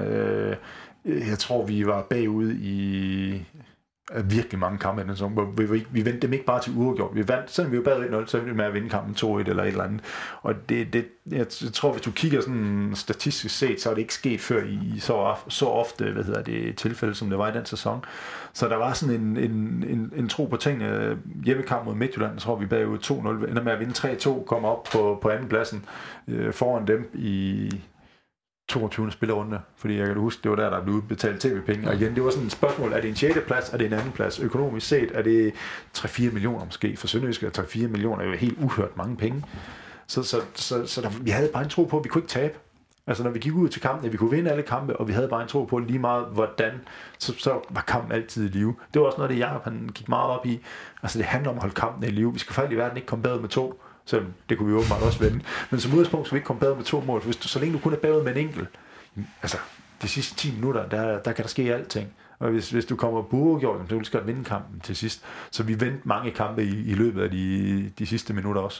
Jeg tror, vi var bagud i virkelig mange kampe, så vi, vi, vi vendte dem ikke bare til uafgjort. Vi vandt, selvom vi var bagud et nul, så ville vi med at vinde kampen to et eller et eller andet. Og det, det, jeg tror, hvis du kigger sådan statistisk set, så er det ikke sket før i så, så ofte, hvad hedder det, tilfælde, som det var i den sæson. Så der var sådan en, en, en, en tro på tingene. Hjemmekamp mod Midtjylland, så tror vi bagud to nul, ender med at vinde tre to, kommer op på, på anden pladsen øh, foran dem i toogtyvende spillerunde, fordi jeg kan huske, det var der, der blev betalt tv-penge. Og igen, det var sådan et spørgsmål, er det en sjette plads, er det en anden plads? Økonomisk set er det tre fire millioner måske, for Sønderjyske tre fire millioner er jo helt uhørt mange penge. Så, så, så, så der, vi havde bare en tro på, at vi kunne ikke tabe. Altså når vi gik ud til kampen, at vi kunne vinde alle kampe, og vi havde bare en tro på lige meget, hvordan, så, så var kampen altid i live. Det var også noget, det Jacob han gik meget op i. Altså det handler om at holde kampen i live. Vi skal faktisk i verden ikke komme bedre med to, så det kunne vi åbenbart også vende. Men som udgangspunkt skal vi ikke komme bedre med to mål, for hvis du, så længe du kun er bagud med en enkelt, altså de sidste ti minutter, der, der kan der ske alting. Og hvis, hvis du kommer på uafgjort, så vil du godt vinde kampen til sidst. Så vi vendte mange kampe i, i løbet af de, de sidste minutter også.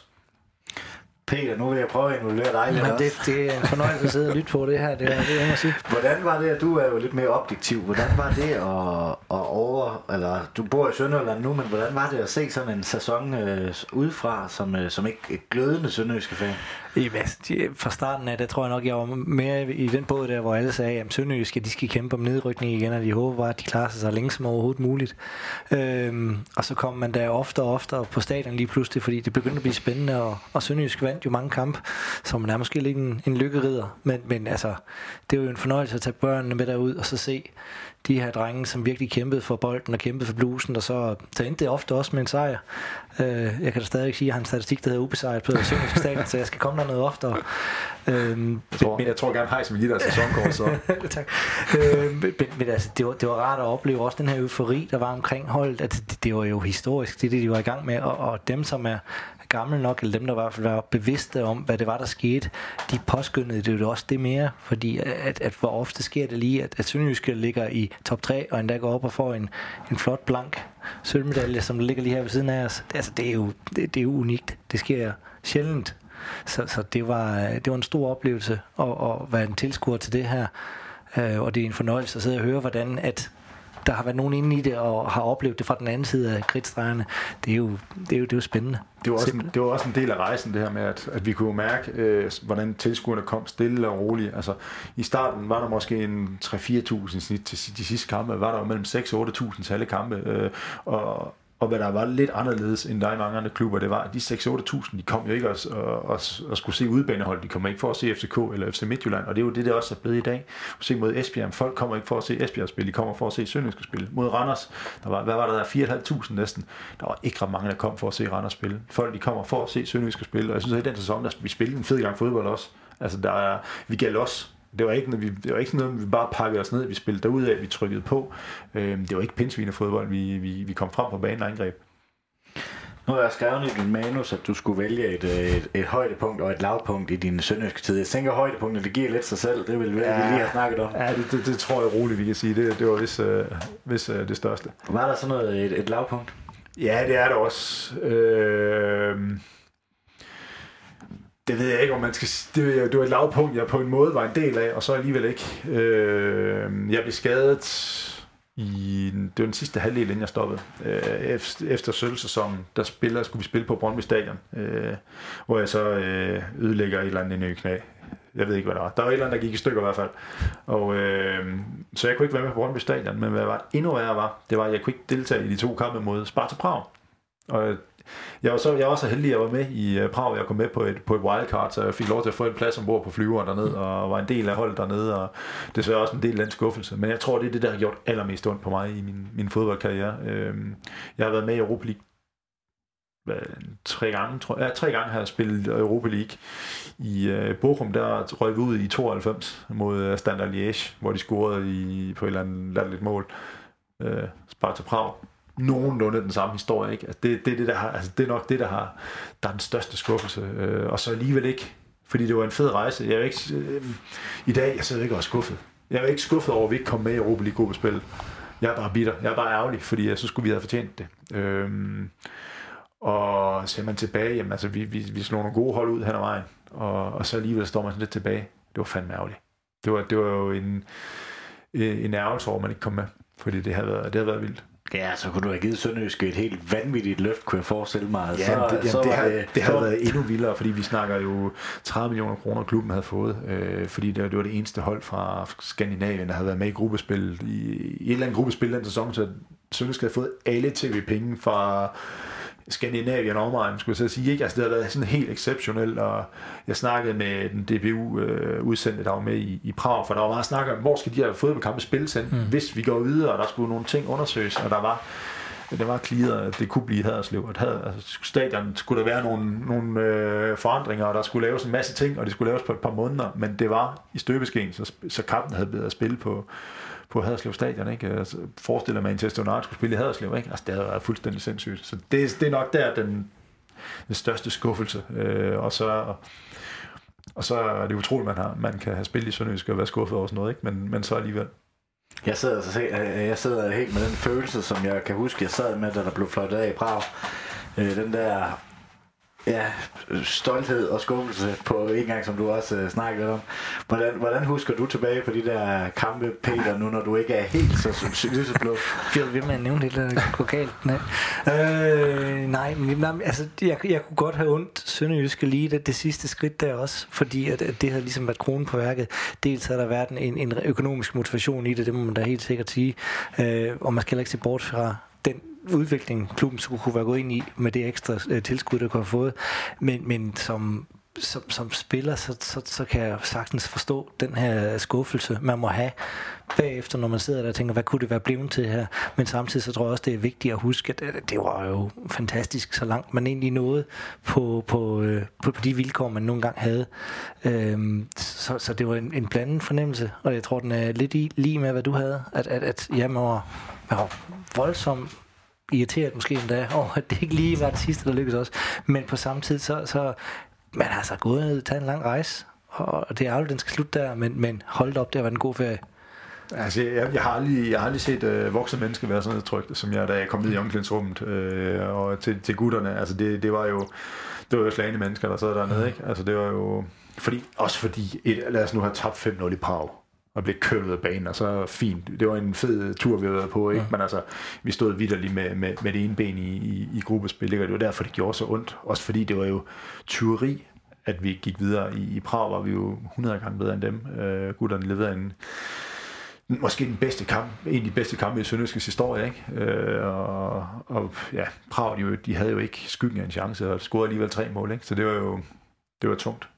Peter, nu vil jeg prøve at involvere dig lidt. Men det, det er en fornøjelse at sidde og lytte på det her, det er det, jeg må sige. Hvordan var det, at du er jo lidt mere objektiv, hvordan var det at, at over, eller du bor i Sønderjylland nu, men hvordan var det at se sådan en sæson øh, udefra, som, øh, som ikke et glødende sønderjyske fan? Fra starten af det tror jeg nok, jeg var mere i den båd der, hvor alle sagde, at Sønderjyske, de skal kæmpe om nedrykning igen, og de håber bare, at de klarer sig så længe som overhovedet muligt. Øhm, og så kom man der oftere og oftere på stadion lige pludselig, fordi det begyndte at blive spændende, og, og Sønderjyske vandt jo mange kampe, så man er måske lidt en, en lykkerider. Men, men altså, det er jo en fornøjelse at tage børnene med derud, og så se de her drenge, som virkelig kæmpede for bolden og kæmpede for blusen, og så, så endte det ofte også med en sejr. Øh, jeg kan da stadig sige, at jeg har en statistik, der hedder ubesejret på Sønderjyske Stadion, så jeg skal komme der noget oftere. Øh, jeg, tror, men jeg tror gerne, Heisen vil give dig sæsonkort, så. Tak. Øh, men, men altså, det var, det var rart at opleve også den her eufori, der var omkring holdet. At det, det var jo historisk, det det, de var i gang med, og, og dem, som er gamle nok, eller dem, der i hvert fald var bevidste om, hvad det var, der skete, de påskyndede det jo også det mere, fordi at, at hvor ofte sker det lige, at, at Sønderjyske ligger i top tre, og endda går op og får en, en flot blank sølvmedalje, som ligger lige her ved siden af os. Det, altså, det er jo det, det er jo unikt. Det sker sjældent. Så, så det, var, det var en stor oplevelse at, at være en tilskuer til det her. Uh, og det er en fornøjelse at sidde og høre, hvordan at der har været nogen inde i det og har oplevet det fra den anden side af kridtstregerne. Det er jo, det er jo, det er jo spændende. Det var, også en, det var også en del af rejsen, det her med, at, at vi kunne mærke, øh, hvordan tilskuerne kom stille og roligt. Altså, i starten var der måske en tre til fire tusind snit til de sidste kampe, var der mellem seks til otte tusind til alle kampe, øh, og Og hvad der var lidt anderledes end der i mange andre klubber, det var, at de seks til otte tusind, de kom jo ikke og, og, og, og skulle se udbanehold. De kommer ikke for at se F C K eller F C Midtjylland, og det er jo det, der også er blevet i dag. Se mod Esbjerg, folk kommer ikke for at se Esbjerg spille, de kommer for at se Sønderjyske spille. Mod Randers, der var, hvad var der der, fire tusind fem hundrede næsten. Der var ikke ret mange, der kom for at se Randers spille. Folk, de kommer for at se Sønderjyske spille, og jeg synes, at i den sæson, der vi spillede en fed gang fodbold også. Altså, der er, vi gav los. Det var ikke, vi, det var ikke sådan noget, vi bare pakkede os ned, vi spillede derudad, vi trykkede på. Øhm, det var ikke pindsvinefodbold, vi, vi, vi kom frem på banen og angreb. Nu har jeg skrevet i din manus, at du skulle vælge et, et, et højdepunkt og et lavpunkt i din sønderjyske tid. Jeg tænker, højdepunktet, det giver lidt sig selv. Det vil vi ja, lige have snakket om. Ja, det, det, det tror jeg roligt, vi kan sige. Det, det var vist, øh, vist øh, det største. Var der sådan noget, et, et lavpunkt? Ja, det er det også. Øh, det ved jeg ikke, om man skal sige. Det, det var et lavpunkt, jeg på en måde var en del af, og så alligevel ikke. Øh, jeg blev skadet i, det var den sidste halvdel, inden jeg stoppede. Øh, efter sølvsæsonen, der spiller, skulle vi spille på Brøndby Stadion, øh, hvor jeg så øh, ødelægger et eller andet i knæ. Jeg ved ikke, hvad der var. Der var et eller andet, der gik i stykker i hvert fald. Og, øh, så jeg kunne ikke være med på Brøndby Stadion, men hvad var endnu værre var, det var, at jeg kunne ikke deltage i de to kampe mod Sparta Prag. Og jeg var, så, jeg var så heldig, at jeg var med i uh, Prag. Jeg kom med på et, på et wildcard, så jeg fik lov til at få en plads ombord på flyveren dernede, og var en del af holdet dernede, og desværre også en del af den skuffelse. Men jeg tror, det er det, der har gjort allermest ondt på mig i min, min fodboldkarriere. Øhm, jeg har været med i Europa League hvad, tre gange, tror jeg. Ja, tre gange har jeg spillet Europa League. I uh, Bochum, der røg vi ud i tooghalvfems mod uh, Standard Liège, hvor de scorede i, på et eller andet latterligt mål. Uh, Sparta Prag. Nogenlunde den samme historie, ikke? Altså det, det, det, der har, altså det er nok det, der har der er den største skuffelse. Øh, og så alligevel ikke, fordi det var en fed rejse. Jeg er ikke, øh, i dag, jeg sidder ikke og skuffet. Jeg er ikke skuffet over, at vi ikke kom med i Europa League-gruppespil. Jeg er bare bitter. Jeg er bare ærgerlig, fordi jeg så skulle vi have fortjent det. Øh, og ser man tilbage, jamen altså, vi, vi, vi slår nogle gode hold ud hen ad vejen, og, og så alligevel står man sådan lidt tilbage. Det var fandme ærgerligt. Det var, det var jo en, en ærgelse over, man ikke kom med, fordi det havde været, det havde været vildt. Ja, så kunne du have givet Sønderjyske et helt vanvittigt løft, kunne jeg forestille mig. Ja, så, det, så jamen, det, har, det, det har været endnu vildere, fordi vi snakker jo tredive millioner kroner, klubben havde fået, øh, fordi det, det var det eneste hold fra Skandinavien, der havde været med i gruppespil, i, i et eller andet gruppespil den sæson, så Sønderjyske havde fået alle tv-penge fra Skandinavien omegn, skulle jeg så sige, ikke? Altså, det har været sådan helt exceptionelt, og jeg snakkede med den D B U-udsendte, øh, der var med i, i Prag, for der var meget snak om, hvor skal de her fodboldkampe spilles hen, mm. hvis vi går videre, og der skulle nogle ting undersøges, og der var det var clearet, at det kunne blive Haderslev, og havde, altså, stadion skulle der være nogle, nogle øh, forandringer, og der skulle laves en masse ting, og det skulle laves på et par måneder, men det var i støbeskeen, så, så kampen havde blevet at spille på på Haderslev Stadion, ikke? Altså, forestiller man, at Manchester United skulle spille i Haderslev, ikke? Altså, det havde været fuldstændig sindssygt. Så det, det er nok der den, den største skuffelse. Øh, og så og så er det utroligt, man har man kan have spillet i Sønderjysk og være skuffet over sådan noget, ikke? Men men så alligevel. Jeg sidder altså jeg sidder helt med den følelse, som jeg kan huske, jeg sad med, da der blev fløjtet af i Prag. Øh, den der ja, stolthed og skuffelse på en gang, som du også uh, snakkede om. Hvordan, hvordan husker du tilbage på de der kampe, Peter, nu når du ikke er helt så lyseblå? Jeg ved med at nævne det, der går galt. Nej, øh, nej men altså, jeg, jeg kunne godt have ondt Sønderjyske lige det, det sidste skridt der også, fordi at, at det har ligesom været kronen på værket. Dels har der været en, en økonomisk motivation i det, det må man da helt sikkert sige. Øh, og man skal heller ikke se bort fra den udvikling, klubben skulle kunne være gået ind i med det ekstra øh, tilskud, der kunne have fået. Men, men som, som, som spiller, så, så, så kan jeg sagtens forstå den her skuffelse, man må have bagefter, når man sidder der og tænker, hvad kunne det være blevet til her? Men samtidig så tror jeg også, det er vigtigt at huske, at det var jo fantastisk, så langt man egentlig nåede på, på, øh, på, på de vilkår, man nogle gange havde. Øhm, så, så det var en, en blandet fornemmelse, og jeg tror, den er lidt i, lige med, hvad du havde, at, at, at ja, man var, man var voldsomt irriteret måske endda over, at det ikke lige var det sidste, der lykkedes også. Men på samme tid, så, så man har altså gået ned og taget en lang rejse, og det er ærgerligt, den skal slutte der, men, men hold op, det har været en god ferie. Altså, jeg, jeg, har aldrig, jeg har aldrig set øh, voksne mennesker være sådan noget trygt, som jeg, da jeg kom ned i omklædningsrummet øh, og til, til gutterne. Altså, det, det var jo det var jo slagende mennesker, der sad dernede, ikke? Altså, det var jo... Fordi, også fordi, et, lad os nu have tabt fem nul i Prag og blev kørt ud af banen, og så fint. Det var en fed tur, vi havde været på, ikke? Ja. Men altså, vi stod vitterligt med, med, med det ene ben i, i, i gruppespil, ikke? Og det var derfor, det gjorde så ondt. Også fordi det var jo tyveri, at vi gik videre. I, i Prag var vi jo hundrede gange bedre end dem. Øh, gutterne leverede en måske den bedste kamp, en af de bedste kampe i Sønderjyskes historie, ikke? Øh, og, og ja, Prag, de, de havde jo ikke skyggen af en chance, og scorede alligevel tre mål, ikke? Så det var jo det var tungt.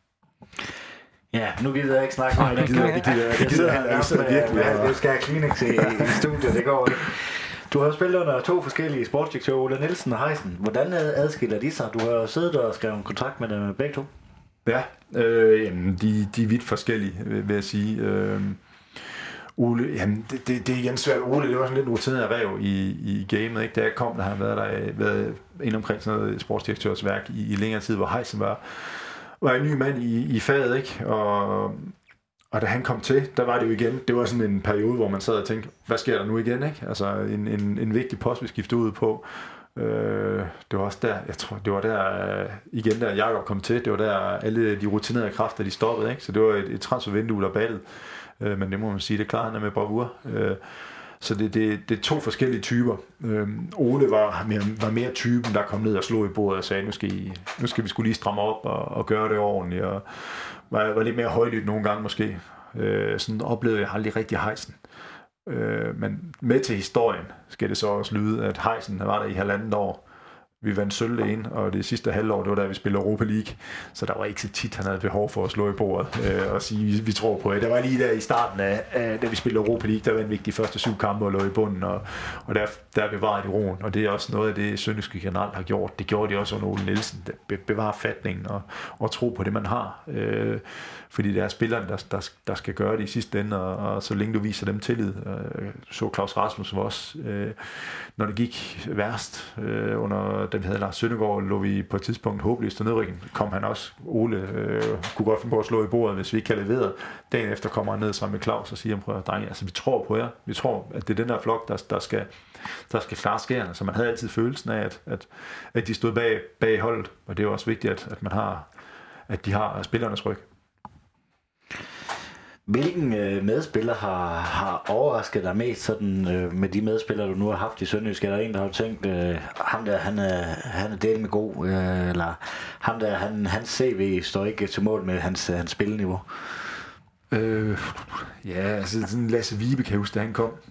Ja, nu gider jeg ikke snakke om det. Det gider jeg ikke. Det gider jeg virkelig. Det skal have Kleenex i, i studiet, det går ikke. Du har spillet under to forskellige sportsdirektører, Ole Nielsen og Heisen. Hvordan adskiller de sig? Du har jo siddet og skrevet en kontrakt med dem begge to. Ja, øh, jamen, de, de er vidt forskellige, vil jeg sige. Øh, Ole, jamen, det, det, det er igen svært. Ole, det var sådan lidt rutineret rev i, i gamet, ikke? Da jeg kom, der har han været der været inde omkring sådan noget sportsdirektørsværk i, i længere tid, hvor Heisen var, var en ny mand i, i faget, ikke? Og, og da han kom til, der var det jo igen, det var sådan en periode, hvor man sad og tænkte, hvad sker der nu igen, ikke? Altså en, en, en vigtig post, vi skiftede ud på. Øh, det var også der, jeg tror, det var der, igen der Jakob kom til, det var der alle de rutinerede kræfter, de stoppede, ikke? Så det var et, et transfervindue, der balede. Øh, men det må man sige, det er klart, han er med bravur. Øh, så det, det, det er to forskellige typer. Øh, Ole var mere, var mere typen, der kom ned og slog i bordet og sagde, nu skal, I, nu skal vi skulle lige stramme op og, og gøre det ordentligt, og var, var lidt mere højlydt nogle gange måske. Øh, sådan oplevede jeg aldrig rigtig Heisen. Øh, men med til historien skal det så også lyde, at Heisen var der i halvandet år. Vi vandt sølv det ene, og det sidste halvår, det var da vi spillede Europa League. Så der var ikke så tit, han havde behov for at slå i bordet øh, og sige, vi, vi tror på det. Der var lige der i starten af, af da vi spillede Europa League, der vandt vi de første syv kampe og lå i bunden, og, og der, der bevarede de roen. Og det er også noget af det, Sønderjyske generelt har gjort. Det gjorde de også under Ole Nielsen. Be, bevare fatningen og, og tro på det, man har. Øh, fordi det er spillerne, der, der, der skal gøre det i sidste ende, og, og så længe du viser dem tillid. Øh, så Claus Rasmussen også, øh, når det gik værst øh, under den havde Lars Søndergaard, lå vi på et tidspunkt håbløst til nedrykning. Kom han også, Ole, øh, kunne godt finde på at slå i bordet, hvis vi ikke kan levere. Dagen efter kommer han ned sammen med Claus og siger, prøv, drenge, altså vi tror på jer. Vi tror, at det er den der flok, der, der skal der skal klare skærene. Så man havde altid følelsen af, at, at, at de stod bag, bag holdet, og det er også vigtigt, at, at man har, at de har spillernes ryg. Hvilken øh, medspiller har, har overrasket dig mest sådan, øh, med de medspillere, du nu har haft i Sønderjysk? Er der en, der har tænkt, øh, ham der, han er, han er del med god, øh, eller ham der, han, hans C V står ikke til mål med hans, hans spilleniveau? Øh, ja, altså sådan Lasse Vibe, kan jeg huske, da han kom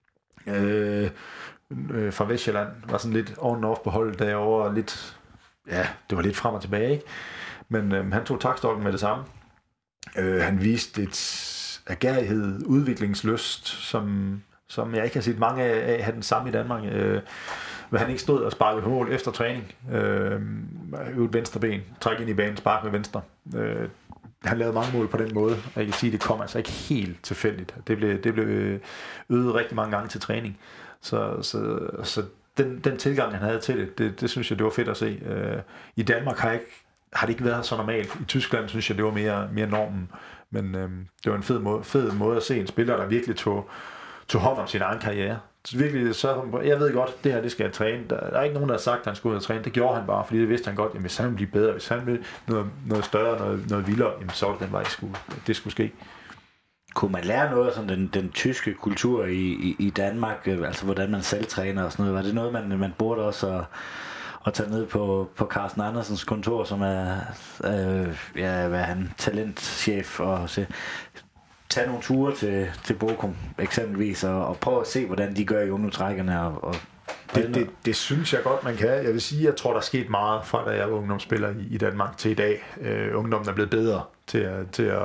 øh, øh, fra Vestjylland, var sådan lidt on and off på holdet derovre, lidt, ja, det var lidt frem og tilbage, ikke? Men øh, han tog takstokken med det samme. Øh, han viste et agerighed, udviklingslyst, som, som jeg ikke har set mange af, af have den samme i Danmark. Øh, hvor han ikke stod og sparkede mål efter træning. Øh, øvet venstre ben, træk ind i banen, spark med venstre. Øh, han lavede mange mål på den måde, og jeg kan sige, at det kom altså ikke helt tilfældigt. Det blev, det blev øvet rigtig mange gange til træning. Så, så, så den, den tilgang, han havde til det, det, det synes jeg, det var fedt at se. Øh, I Danmark har jeg ikke har det ikke været så normalt. I Tyskland synes jeg, det var mere, mere normen. Men øhm, det var en fed måde, fed måde at se en spiller, der virkelig tog, tog hånd om sin egen karriere. Så virkelig, så, jeg ved godt, det her, det skal jeg træne. Der, der er ikke nogen, der har sagt, at han skulle ud og træne. Det gjorde han bare, fordi det vidste han godt, at hvis han ville blive bedre, hvis han ville noget, noget større, noget, noget vildere, jamen, så var det den vej, det skulle, det skulle ske. Kunne man lære noget af sådan den, den tyske kultur i, i, i Danmark? Altså, hvordan man selv træner og sådan noget? Var det noget, man, man burde også og tage ned på, på Carsten Andersens kontor, som er, øh, ja, hvad er han, talentchef, og se, tage nogle ture til, til Bochum eksempelvis, og, og prøve at se, hvordan de gør i ungdomstrækkerne. Og, og det, det, det synes jeg godt, man kan. Jeg vil sige, jeg tror, der er sket meget fra, da jeg var ungdomsspiller i, i Danmark til i dag. Øh, ungdommen er blevet bedre til at, til at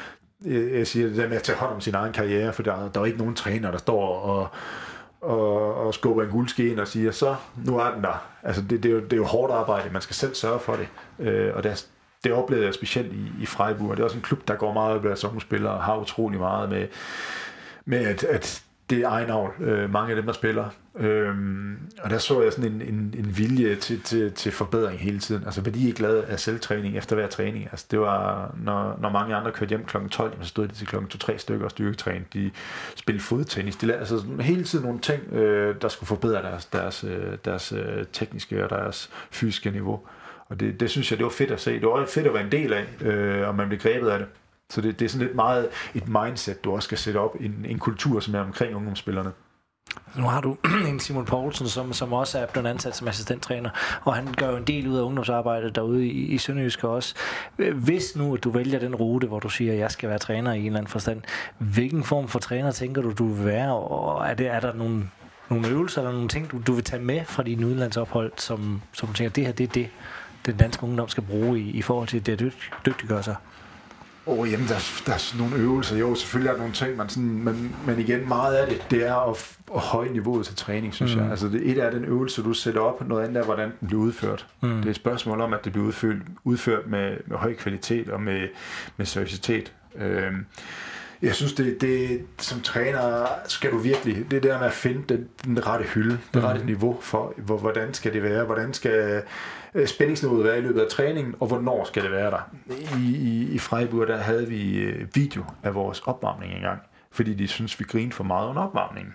jeg siger det der med at tage hånd om sin egen karriere, for der, der er ikke nogen træner, der står og og, og skubber en guldske ind og siger, så nu er den der. Altså det, det, er, jo, det er jo hårdt arbejde, man skal selv sørge for det. Øh, og det, det oplevede jeg specielt i, i Freiburg, og det er også en klub, der går meget op af sommerspillere, og har utrolig meget med, med at, at det er egen avl, øh, mange af dem, der spiller. Øhm, og der så jeg sådan en, en, en vilje til, til, til forbedring hele tiden. Altså, hvad de ikke lavede af selvtræning efter hver træning. Altså, det var, når, når mange andre kørte hjem klokken tolv, så stod de til klokken to-tre stykker og styrketræning. De spillede fodtennis. De lavede altså hele tiden nogle ting, øh, der skulle forbedre deres, deres, øh, deres øh, tekniske og deres fysiske niveau. Og det, det synes jeg, det var fedt at se. Det var fedt at være en del af, øh, og man blev grebet af det. Så det, det er sådan lidt meget et mindset, du også skal sætte op. En, en kultur, som er omkring ungdomsspillerne. Nu har du en Simon Poulsen, som, som også er blevet ansat som assistenttræner, og han gør jo en del ud af ungdomsarbejdet derude i, i Sønderjysk også. Hvis nu du vælger den rute, hvor du siger, at jeg skal være træner i en eller anden forstand, hvilken form for træner tænker du, du vil være? Og er, det, er der nogle, nogle øvelser eller nogle ting, du, du vil tage med fra dine udlandsophold, som, som du tænker, det her det er det, den danske ungdom skal bruge i, i forhold til det, at dygtiggøre sig? Åh, oh, jamen, der, der er sådan nogle øvelser. Jo, selvfølgelig er der nogle ting, man sådan, men, men igen, meget af det, det er at, at høje niveauet til træning, synes mm. jeg. Altså, det et er den øvelse, du sætter op, noget andet er, hvordan den bliver udført. Mm. Det er et spørgsmål om, at det bliver udført, udført med, med høj kvalitet og med, med seriøsitet. Øhm, jeg synes, det, det som træner skal du virkelig, det der med at finde den, den rette hylde, det rette mm. niveau for, hvor, hvordan skal det være, hvordan skal spændingsniveauet være i løbet af træningen, og hvornår skal det være der. I, i, i Freiburg, der havde vi video af vores opvarmning engang, fordi de synes vi grinede for meget under opvarmningen.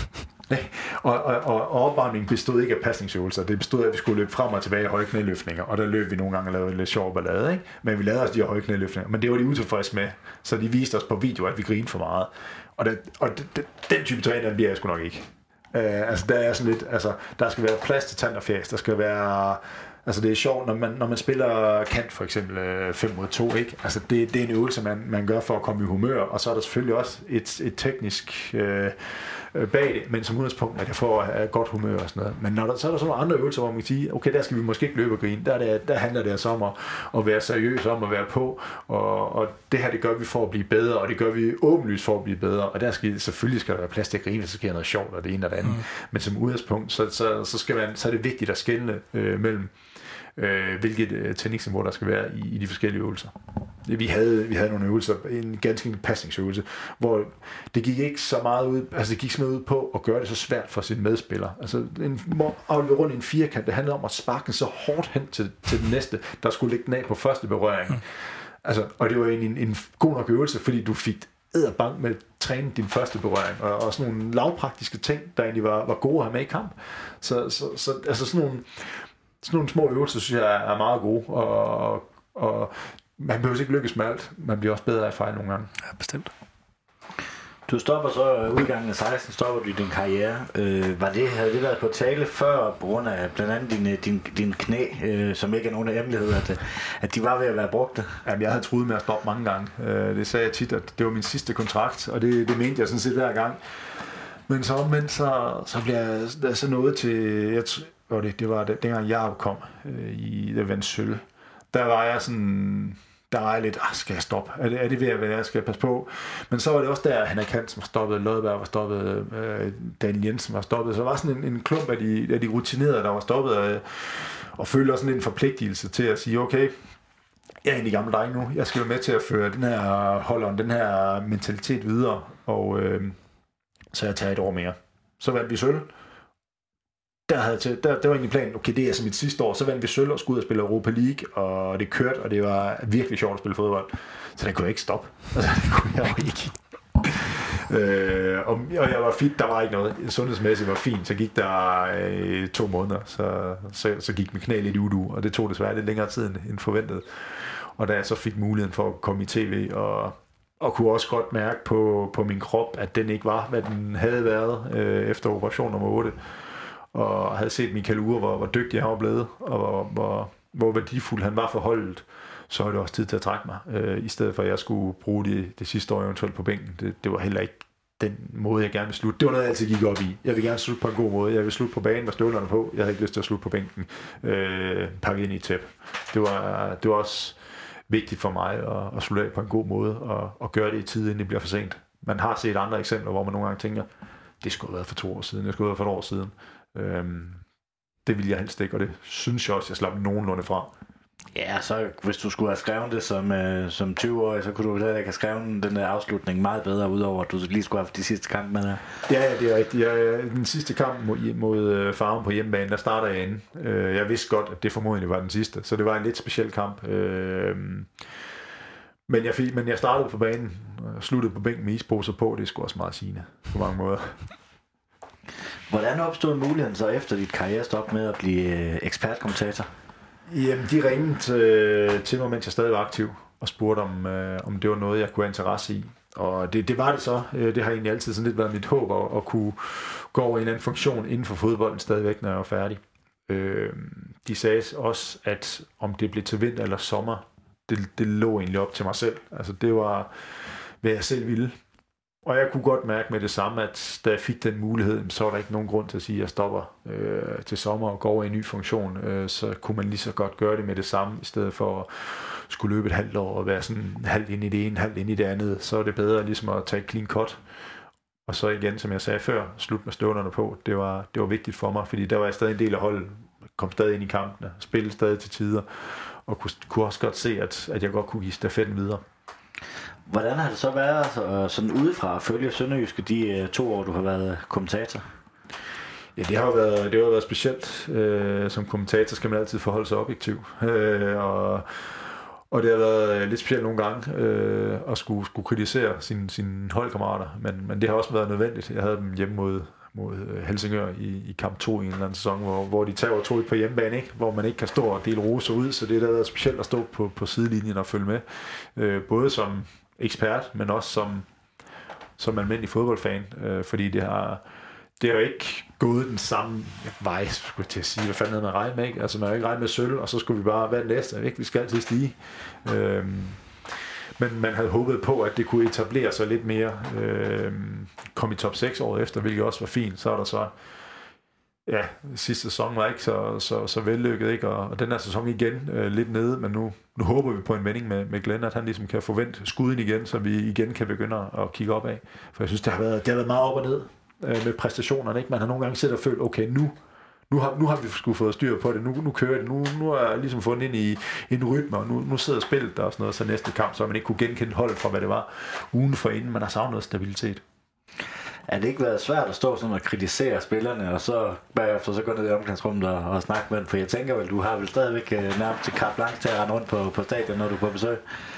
og, og, og, og opvarmningen bestod ikke af pasningsøvelser, det bestod af, at vi skulle løbe frem og tilbage i høje knæløftninger, og der løb vi nogle gange og lavede lidt sjov ballade, ikke? Men vi lavede også de her høje knæløftninger, men det var de utilfredse med, så de viste os på video, at vi grinede for meget. Og, det, og det, det, den type træner bliver jeg sgu nok ikke. Uh, altså der er sådan lidt, altså der skal være plads til tand og fjæs, der skal være. Altså det er sjovt, når man, når man spiller kant for eksempel fem mod to, ikke? Altså det, det er en øvelse, man, man gør for at komme i humør, og så er der selvfølgelig også et, et teknisk øh, bag det, men som udgangspunkt er det for at have godt humør og sådan noget. Men når der, så er der sådan nogle andre øvelser, hvor man kan sige, okay, der skal vi måske ikke løbe og grine, der, er det, der handler det altså om at, at være seriøs, om at være på, og, og det her, det gør vi for at blive bedre, og det gør vi åbenlyst for at blive bedre, og der skal selvfølgelig skal der være plads til at grine, så sker noget sjovt, og det ene og det andet. Mm. Men som udgangspunkt, så, så, så, skal man, så er det vigtigt at skelne øh, mellem Øh, hvilket øh, teknikniveau der skal være i, i de forskellige øvelser. Vi havde, vi havde nogle øvelser, en ganske en pasningsøvelse, hvor det gik ikke så meget ud, altså det gik simpelthen ud på at gøre det så svært for sin medspiller. Altså en aflevere rundt i en firkant, det handlede om at sparke så hårdt hen til, til den næste, der skulle lægge den af på første berøring. Mm. Altså, og det var en, en, en god nok øvelse, fordi du fik edderbank med at træne din første berøring, og, og sådan nogle lavpraktiske ting, der egentlig var, var gode at have med i kamp. Så, så, så altså sådan nogle Sådan nogle små øvelser, synes jeg, er meget gode, og, og man behøver ikke lykkes med alt. Man bliver også bedre af fejl nogle gange. Ja, bestemt. Du stopper så udgangen af seksten, stopper du din karriere. Øh, var det, havde det været på tale før, på grund af blandt andet din, din, din knæ, øh, som ikke er nogen hemmelighed, at, at de var ved at være brugte? Jamen, jeg havde truet med at stoppe mange gange. Øh, det sagde jeg tit, at det var min sidste kontrakt, og det, det mente jeg sådan set hver gang. Men så omvendt, så, så bliver jeg der så noget til. Jeg Og det, det var det, dengang jeg kom øh, i det vandt sølv. Der var jeg sådan, der var jeg lidt, ah, skal jeg stoppe? Er det, er det ved at være, jeg skal passe på? Men så var det også der, Henrik Hansen var stoppet, Lodberg var stoppet, øh, Daniel Jensen var stoppet. Så der var sådan en, en klump af de, af de rutinerede, der var stoppet, og, og følte også sådan en forpligtelse til at sige, okay, jeg er egentlig gammel dreng nu, jeg skal være med til at føre den her holderen, den her mentalitet videre, og øh, så jeg tager et år mere. Så vandt vi sølv. Der, havde til, der, der var egentlig planen, okay, det er altså mit sidste år, så vandt vi sølv og skulle ud og spille Europa League, og det kørte, og det var virkelig sjovt at spille fodbold. Så det kunne jeg ikke stoppe. Altså, det kunne jeg jo ikke. øh, og, og jeg var fit, der var ikke noget. Sundhedsmæssigt var fint, så gik der øh, to måneder, så, så, så gik mit knæ lidt i udu, og det tog desværre lidt længere tid end forventet. Og da jeg så fik muligheden for at komme i tv, og og kunne også godt mærke på, på min krop, at den ikke var, hvad den havde været øh, efter operation nummer otte. Og havde set Michael Uhre, hvor, hvor dygtig han var blevet, og hvor, hvor, hvor værdifuld han var for holdet, så var det også tid til at trække mig, øh, i stedet for at jeg skulle bruge det, det sidste år eventuelt på bænken. Det, det var heller ikke den måde, jeg gerne ville slutte. Det var noget, jeg altid gik op i. Jeg vil gerne slutte på en god måde. Jeg vil slutte på banen med støvlerne på. Jeg havde ikke lyst til at slutte på bænken. Øh, pakke ind i et tæppe. Det var, det var også vigtigt for mig at, at slutte af på en god måde, og, og gøre det i tid, inden det bliver for sent. Man har set andre eksempler, hvor man nogle gange tænker, det skulle have været for to år siden, det skulle have været for et år siden. Øhm, det ville jeg helst ikke, og det synes jeg også, jeg slap nogenlunde fra. Ja, så hvis du skulle have skrevet det som, øh, som tyve-årig, så kunne du heller ikke have skrevet den der afslutning meget bedre, udover at du lige skulle have haft de sidste kampe med der. Ja, ja, det er rigtigt. Jeg, den sidste kamp mod, mod Farum på hjemmebane, der starter jeg inde. Jeg vidste godt, at det formodentlig var den sidste, så det var en lidt speciel kamp. Men jeg, fik, men jeg startede på banen og sluttede på bænken med isposer på. Det er sgu også meget sigende på mange måder. Hvordan opstod muligheden så efter dit karrierestop med at blive ekspertkommentator? Jamen, de ringede øh, til mig, mens jeg stadig var aktiv, og spurgte, om, øh, om det var noget, jeg kunne have interesse i. Og det, det var det så. Det har egentlig altid sådan lidt været mit håb at, at kunne gå over i en anden funktion inden for fodbolden stadigvæk, når jeg var færdig. Øh, de sagde også, at om det blev til vinter eller sommer, det, det lå egentlig op til mig selv. Altså, det var, hvad jeg selv ville. Og jeg kunne godt mærke med det samme, at da jeg fik den mulighed, så var der ikke nogen grund til at sige, at jeg stopper øh, til sommer og går over i en ny funktion. Øh, så kunne man lige så godt gøre det med det samme, i stedet for at skulle løbe et halvt år og være sådan halvt ind i det ene, halvt ind i det andet. Så er det bedre ligesom at tage et clean cut. Og så igen, som jeg sagde før, slut med støvlerne på. Det var, det var vigtigt for mig, fordi der var jeg stadig en del af holdet. Kom stadig ind i kampene, spillede stadig til tider, og kunne, kunne også godt se, at, at jeg godt kunne give stafetten videre. Hvordan har det så været altså, sådan udefra at følge Sønderjyske de to år, du har været kommentator? Ja, det har jo været, det har været specielt. Øh, som kommentator skal man altid forholde sig objektiv. Øh, og, og det har været lidt specielt nogle gange øh, at skulle, skulle kritisere sine, sine holdkammerater. Men, men det har også været nødvendigt. Jeg havde dem hjemme mod, mod Helsingør i, i kamp to i en eller anden sæson, hvor, hvor de tager to på hjemmebane, ikke? Hvor man ikke kan stå og dele roser ud. Så det har været specielt at stå på, på sidelinjen og følge med. Øh, både som ekspert, men også som, som almindelig fodboldfan, øh, fordi det har, det har jo ikke gået den samme vej, skulle jeg til at sige, hvad fanden havde man regnet med, ikke? Altså man har ikke regnet med sølv, og så skulle vi bare være næste, ikke? Vi skal altid stige. Øh, men man havde håbet på, at det kunne etablere sig lidt mere, øh, kom i top seks året efter, hvilket også var fint. Så er der så ja, sidste sæson var ikke så, så, så vellykket, ikke? Og, og den her sæson igen øh, lidt nede, men nu, nu håber vi på en vending med, med Glenn, at han ligesom kan forvente skuden igen, så vi igen kan begynde at kigge op af. For jeg synes, det har været, det har været meget op og ned øh, med præstationerne, ikke? Man har nogle gange siddet og følt, okay, nu, nu, har, nu har vi sgu fået styr på det, nu, nu kører det, nu, nu er jeg ligesom fundet ind i en rytme, og nu, nu sidder spillet der og sådan noget, så næste kamp, så man ikke kunne genkende holdet fra, hvad det var ugen for inden, man har savnet noget stabilitet. Er det ikke været svært at stå sådan og kritisere spillerne, og så bagefter så gå ned i omklædningsrummet og, og snakke med dem? For jeg tænker vel, du har vel stadigvæk uh, nærmest til carte blanche til at rende rundt på, på stadion, når du er på besøg?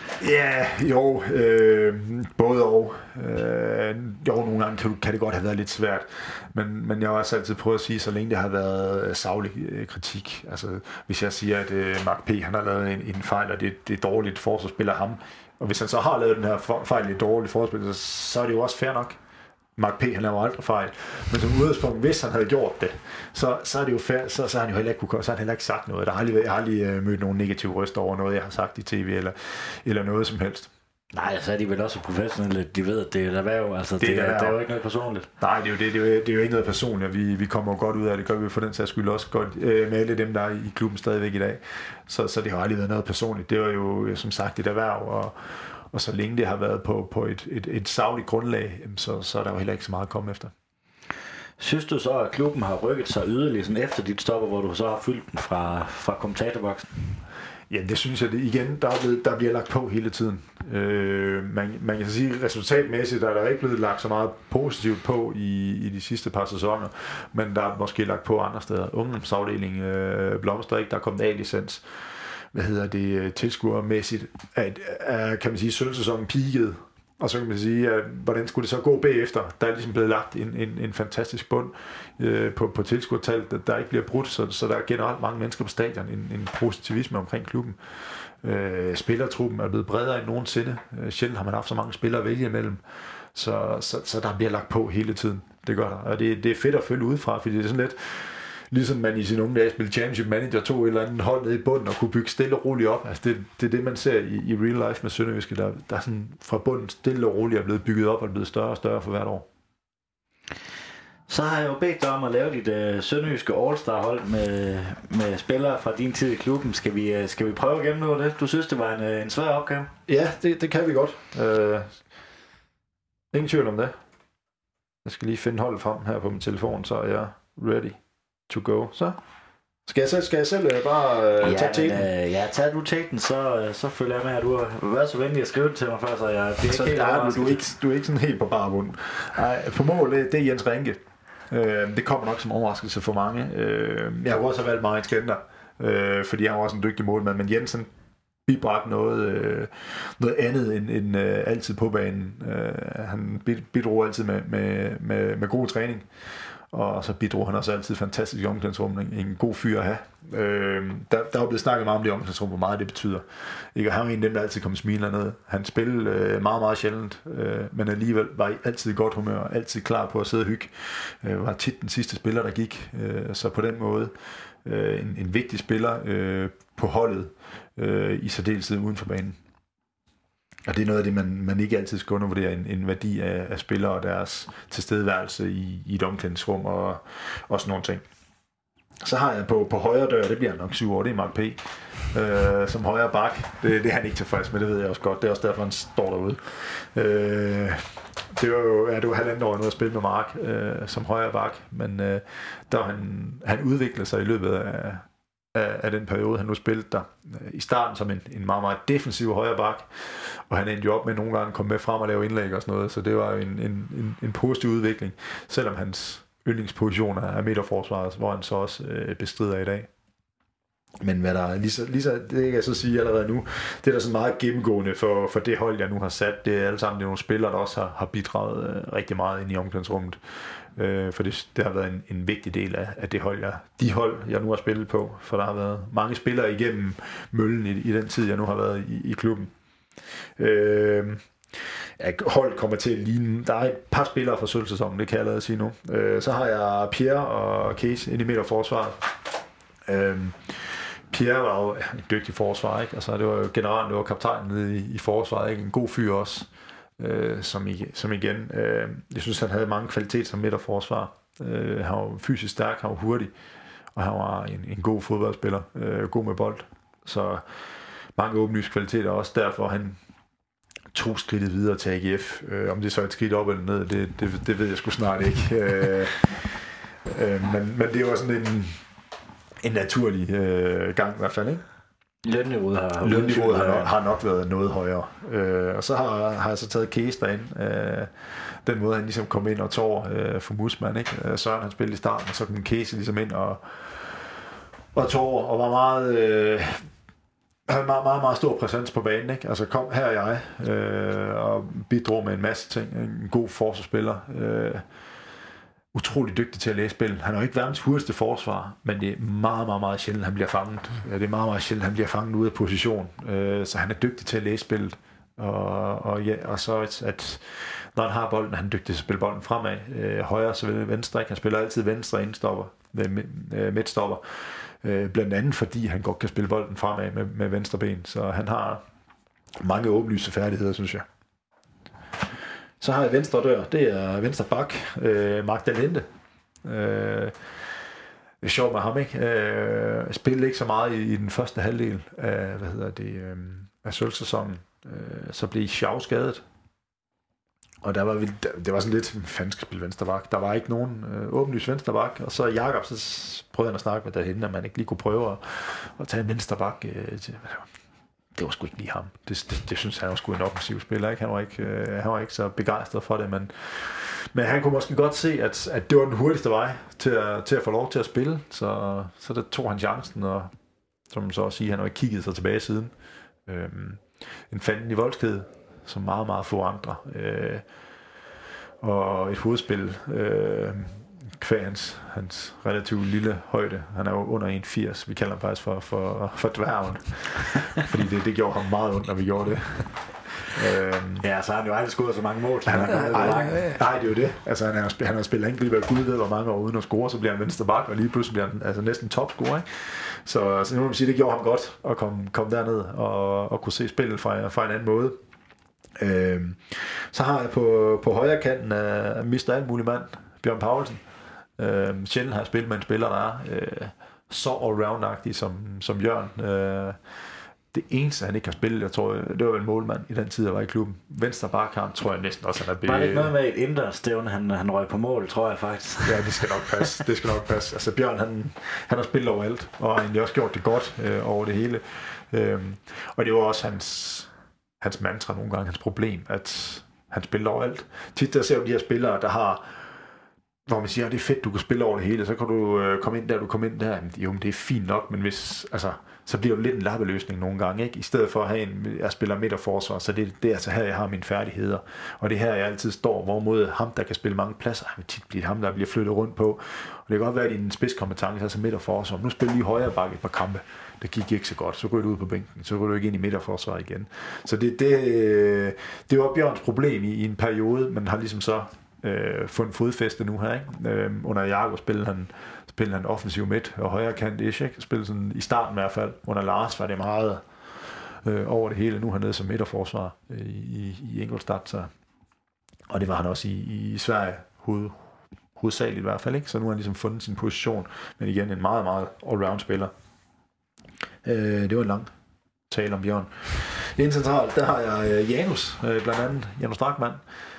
Ja, jo, øh, både og. Øh, jo, nogle gange kan, kan det godt have været lidt svært, men, men jeg har også altid prøvet at sige, så længe det har været saglig øh, kritik. Altså, hvis jeg siger, at øh, Mark P. han har lavet en, en fejl, og det, det er dårligt forsvarsspiller ham, og hvis han så har lavet den her fejl i et dårligt forsvarsspiller, så, så er det jo også fair nok. Mark P. han laver aldrig fejl, men som udgangspunkt, hvis han havde gjort det, så, så er det jo fair, så, så har han jo heller ikke, kunne, så har han heller ikke sagt noget. Der har aldrig, jeg har aldrig uh, mødt nogen negative røster over noget, jeg har sagt i tv, eller, eller noget som helst. Nej, så er de vel også professionelle, de ved, at det er et erhverv, altså det, det, er, det er jo ikke noget personligt. Nej, det er jo, det, det er jo, det er jo ikke noget personligt, vi, vi kommer jo godt ud af det, gør vi for den sags skyld også godt øh, med alle dem, der er i klubben stadigvæk i dag, så, så det har aldrig været noget personligt, det var jo som sagt et erhverv, og Og så længe det har været på, på et, et, et sagligt grundlag, så, så er der jo heller ikke så meget at komme efter. Synes du så, at klubben har rykket sig yderligere sådan efter dit stopper, hvor du så har fyldt den fra, fra kommentatorboksen? Ja, det synes jeg det. Igen, der, er blevet, der bliver lagt på hele tiden. Øh, man, man kan sige, resultatmæssigt er der ikke blevet lagt så meget positivt på i, i de sidste par sæsoner, men der er måske lagt på andre steder. Ungdomsafdeling øh, blomster ikke, der er kommet A-licens. Hvad hedder det, tilskuermæssigt, at, at kan man sige, sølvsæsonen peakede, og så kan man sige, at, hvordan skulle det så gå bagefter? Der er ligesom blevet lagt en, en, en fantastisk bund øh, på, på tilskuertallet, der, der ikke bliver brudt, så, så der er generelt mange mennesker på stadion, en, en positivisme omkring klubben. Øh, spillertruppen er blevet bredere end nogensinde. Øh, sjældent har man haft så mange spillere at vælge imellem, så, så, så der bliver lagt på hele tiden. Det gør der, og det, det er fedt at følge udefra, fordi det er sådan lidt, ligesom man i sine unge dage spillede Championship Manager, tog et eller andet hold ned i bunden og kunne bygge stille og roligt op. Altså det, det er det, man ser i, i real life med Sønderjyske, der, der er sådan fra bunden stille og roligt er blevet bygget op og er blevet større og større for hvert år. Så har jeg jo bedt dig om at lave dit uh, Sønderjyske All-Star-hold med, med spillere fra din tid i klubben. Skal vi, uh, skal vi prøve at gennemgå det? Du synes, det var en, uh, en svær opgave? Ja, det, det kan vi godt. Uh, ingen tvivl om det. Jeg skal lige finde holdet frem her på min telefon, så er jeg ready to go. Så. Skal jeg selv, skal jeg selv øh, bare øh, ja, tage til den? Øh, ja, tag du til den, så, så følger jeg med, at du har været så venlig at skrive det til mig før, så jeg bliver Så ikke helt der, du, overrasket. du, er ikke, du er ikke sådan helt på bar bund. Nej, på mål, det er Jens Renke. Øh, det kommer nok som overraskelse for mange. Øh, jeg har også valgt Martin Skender, øh, fordi han var også en dygtig målmand, men Jensen bibragte noget, øh, noget andet end, end øh, altid på banen. Øh, han bidrog altid med, med, med, med god træning, og så bidrog han også altid fantastisk i omklædningsrummet. En god fyr at have. Øh, der, der er jo blevet snakket meget om det omklædningsrum, hvor meget det betyder. Ikke? Og han var en af dem, der altid kom smilende ned. Han spillede øh, meget, meget sjældent, øh, men alligevel var altid i godt humør, altid klar på at sidde og hygge. Øh, var tit den sidste spiller, der gik. Øh, så på den måde øh, en, en vigtig spiller øh, på holdet, øh, i særdeleshed uden for banen. Og det er noget af det, man, man ikke altid skal undervurdere, en, en værdi af, af spillere og deres tilstedeværelse i, i et omklædningsrum og, og sådan nogle ting. Så har jeg på, på højre dør, det bliver nok syv år, det er Mark P. Øh, som højre bak. Det, det er han ikke tilfreds med, det ved jeg også godt. Det er også derfor, han står derude. Øh, det var jo, ja, det var halvandet år, jeg nåede at spille med Mark øh, som højre bak, men øh, der han, han udviklede sig i løbet af Af, af den periode, han nu spillede der. I starten som en, en meget, meget defensiv højre bak, og han endte jo op med nogle gange at komme med frem og lave indlæg og sådan noget, så det var en, en, en, en positiv udvikling, selvom hans yndlingspositioner er midterforsvaret, hvor han så også øh, bestrider i dag. Men hvad der er, lige så, lige så, det kan jeg så sige allerede nu, det er der så meget gennemgående for, for det hold, jeg nu har sat. Det er alle sammen det er nogle spillere, der også har, har bidraget øh, rigtig meget ind i omklædningsrummet. Øh, for det, det har været en, en vigtig del af, af det hold, jeg, de hold, jeg nu har spillet på. For der har været mange spillere igennem møllen i, i den tid, jeg nu har været i, i klubben. Øh, ja, hold kommer til at ligne. Der er et par spillere fra sølvsæsonen, det kan jeg allerede sige nu. Øh, så har jeg Pierre og Case inde i midterforsvaret. Øh, Pierre var jo en dygtig forsvar, ikke? Altså, det var jo generelt, det var kaptajnen i, i forsvaret, ikke? En god fyr også, øh, som, i, som igen, øh, jeg synes, han havde mange kvaliteter som midterforsvar. Øh, han var fysisk stærk, han var hurtig, og han var en, en god fodboldspiller, øh, god med bold. Så mange åbenlyse kvaliteter, også derfor han tog skridtet videre til A G F. Øh, om det så er et skridt op eller ned, det, det, det ved jeg sgu snart ikke. øh, øh, men, men det var sådan en en naturlig øh, gang i hvert fald, ikke? Lønniveauet har, Lønniveauet har, nok, har nok været noget højere. Øh, og så har, har jeg så taget Case derind. Øh, den måde, han ligesom kom ind og tog øh, for Musman, ikke? Søren han spillede i starten, og så kom Case ligesom ind og, og tog og var meget... Øh, havde meget, meget, meget stor præsens på banen, ikke? Altså kom, her er jeg, øh, og bidrog med en masse ting. En god forsvarsspiller. Øh, utrolig dygtig til at læse spil. Han er jo ikke verdens hurtigste forsvar, men det er meget, meget, meget sjældent, han bliver fanget. Det er meget, meget sjældent, han bliver fanget ude af position. Så han er dygtig til at læse spillet. Og, og, ja, og så at, at når han har bolden, han er dygtig til at spille bolden fremad. Højre, så vil venstre, ikke? Han spiller altid venstre indstopper, midtstopper. Blandt andet fordi han godt kan spille bolden fremad med, med venstre ben. Så han har mange åbenlyse færdigheder, synes jeg. Så har jeg venstre dør, det er venstre bak, øh, Mark Dalente. Øh, det er sjovt med ham, ikke? Øh, spillede ikke så meget i, i den første halvdel af, hvad hedder det, øh, af sølvsæsonen. Øh, så blev Schau skadet. Og der var, det var sådan lidt, fanden skal spille venstre bak. Der var ikke nogen øh, åbenlys venstre bak. Og så Jakob, så prøvede han at snakke med derhenne, at man ikke lige kunne prøve at, at tage en venstre bak øh, til... Det var sgu ikke lige ham. Det, det, det synes han var sgu en offensiv spiller, ikke? Han var ikke, øh, han var ikke så begejstret for det, men, men han kunne måske godt se, at, at det var den hurtigste vej til at, til at få lov til at spille, så, så der tog han chancen, og som man så også siger, han har ikke kigget sig tilbage siden. Øhm, en fanden i voldskede, som meget, meget få andre. Øh, og et hovedspil, øh, kvæg hans, hans relativt lille højde. Han er jo under en komma firs. Vi kalder ham faktisk for, for, for dværgen. Fordi det, det gjorde ham meget ondt, når vi gjorde det. øhm, ja, så har han jo aldrig scoret så mange mål. Han har, nej, nej, nej, det er jo det. Altså, han har, han har spillet enkelt ved Gud ved, hvor mange år uden at score, så bliver han venstre bak, og lige pludselig bliver han altså, næsten topscorer. Ikke? Så, så nu må man sige, det gjorde ham godt at komme, komme derned og, og kunne se spillet fra, fra en anden måde. Øhm, så har jeg på, på højre kanten af mister alt mulig mand, Bjørn Paulsen. Øh, sjældent har jeg spillet med en spiller, der er øh, så allround-agtig som, som Jørgen. Øh, Det eneste, han ikke har spillet, jeg tror, det var vel målmand i den tid, jeg var i klubben. Venstre bakkamp, tror jeg næsten også, han er blevet... Var det ikke noget med et indre-stævne, han, han røg på mål, tror jeg faktisk? Ja, det skal nok passe. Det skal nok passe. Altså, Bjørn, han, han har spillet overalt, og har egentlig også gjort det godt øh, over det hele. Øhm, og det var også hans, hans mantra nogle gange, hans problem, at han spiller overalt. Tit der ser vi de her spillere, der har... hvor man siger, det er fedt, du kan spille over det hele, så kan du øh, komme ind der, du kommer ind der. Jo, men det er fint nok, men hvis, altså, så bliver det lidt en lappeløsning nogle gange, ikke? I stedet for at have en, jeg spiller midterforsvar, så det, det er altså her, jeg har mine færdigheder. Og det er her, jeg altid står, hvorimod ham, der kan spille mange pladser, han vil tit blive ham, der bliver flyttet rundt på. Og det kan godt være, at din spidskompetence er så midterforsvar. Nu spiller lige højre bakke et par kampe. Det gik ikke så godt. Så går du ud på bænken. Så går du ikke ind i midterforsvar igen. Så det, det, det var Bjørns problem i, i en periode, men har ligesom så Øh, fundet fodfæste nu her, ikke? Øh, under Jakob spillede han, spillede han offensiv midt og højre kant ish, ikke? Spillede sådan i starten i hvert fald. Under Lars var det meget øh, over det hele. Nu er han nede som midterforsvar øh, i, i Ingolstadt, så. Og det var han også i, i Sverige hoved, hovedsageligt i hvert fald, ikke? Så nu har han ligesom fundet sin position, men igen en meget, meget all-round spiller. Øh, det var en lang tale om Bjørn. Inden centralt, der har jeg øh, Janus, øh, blandt andet Janus Drachmann.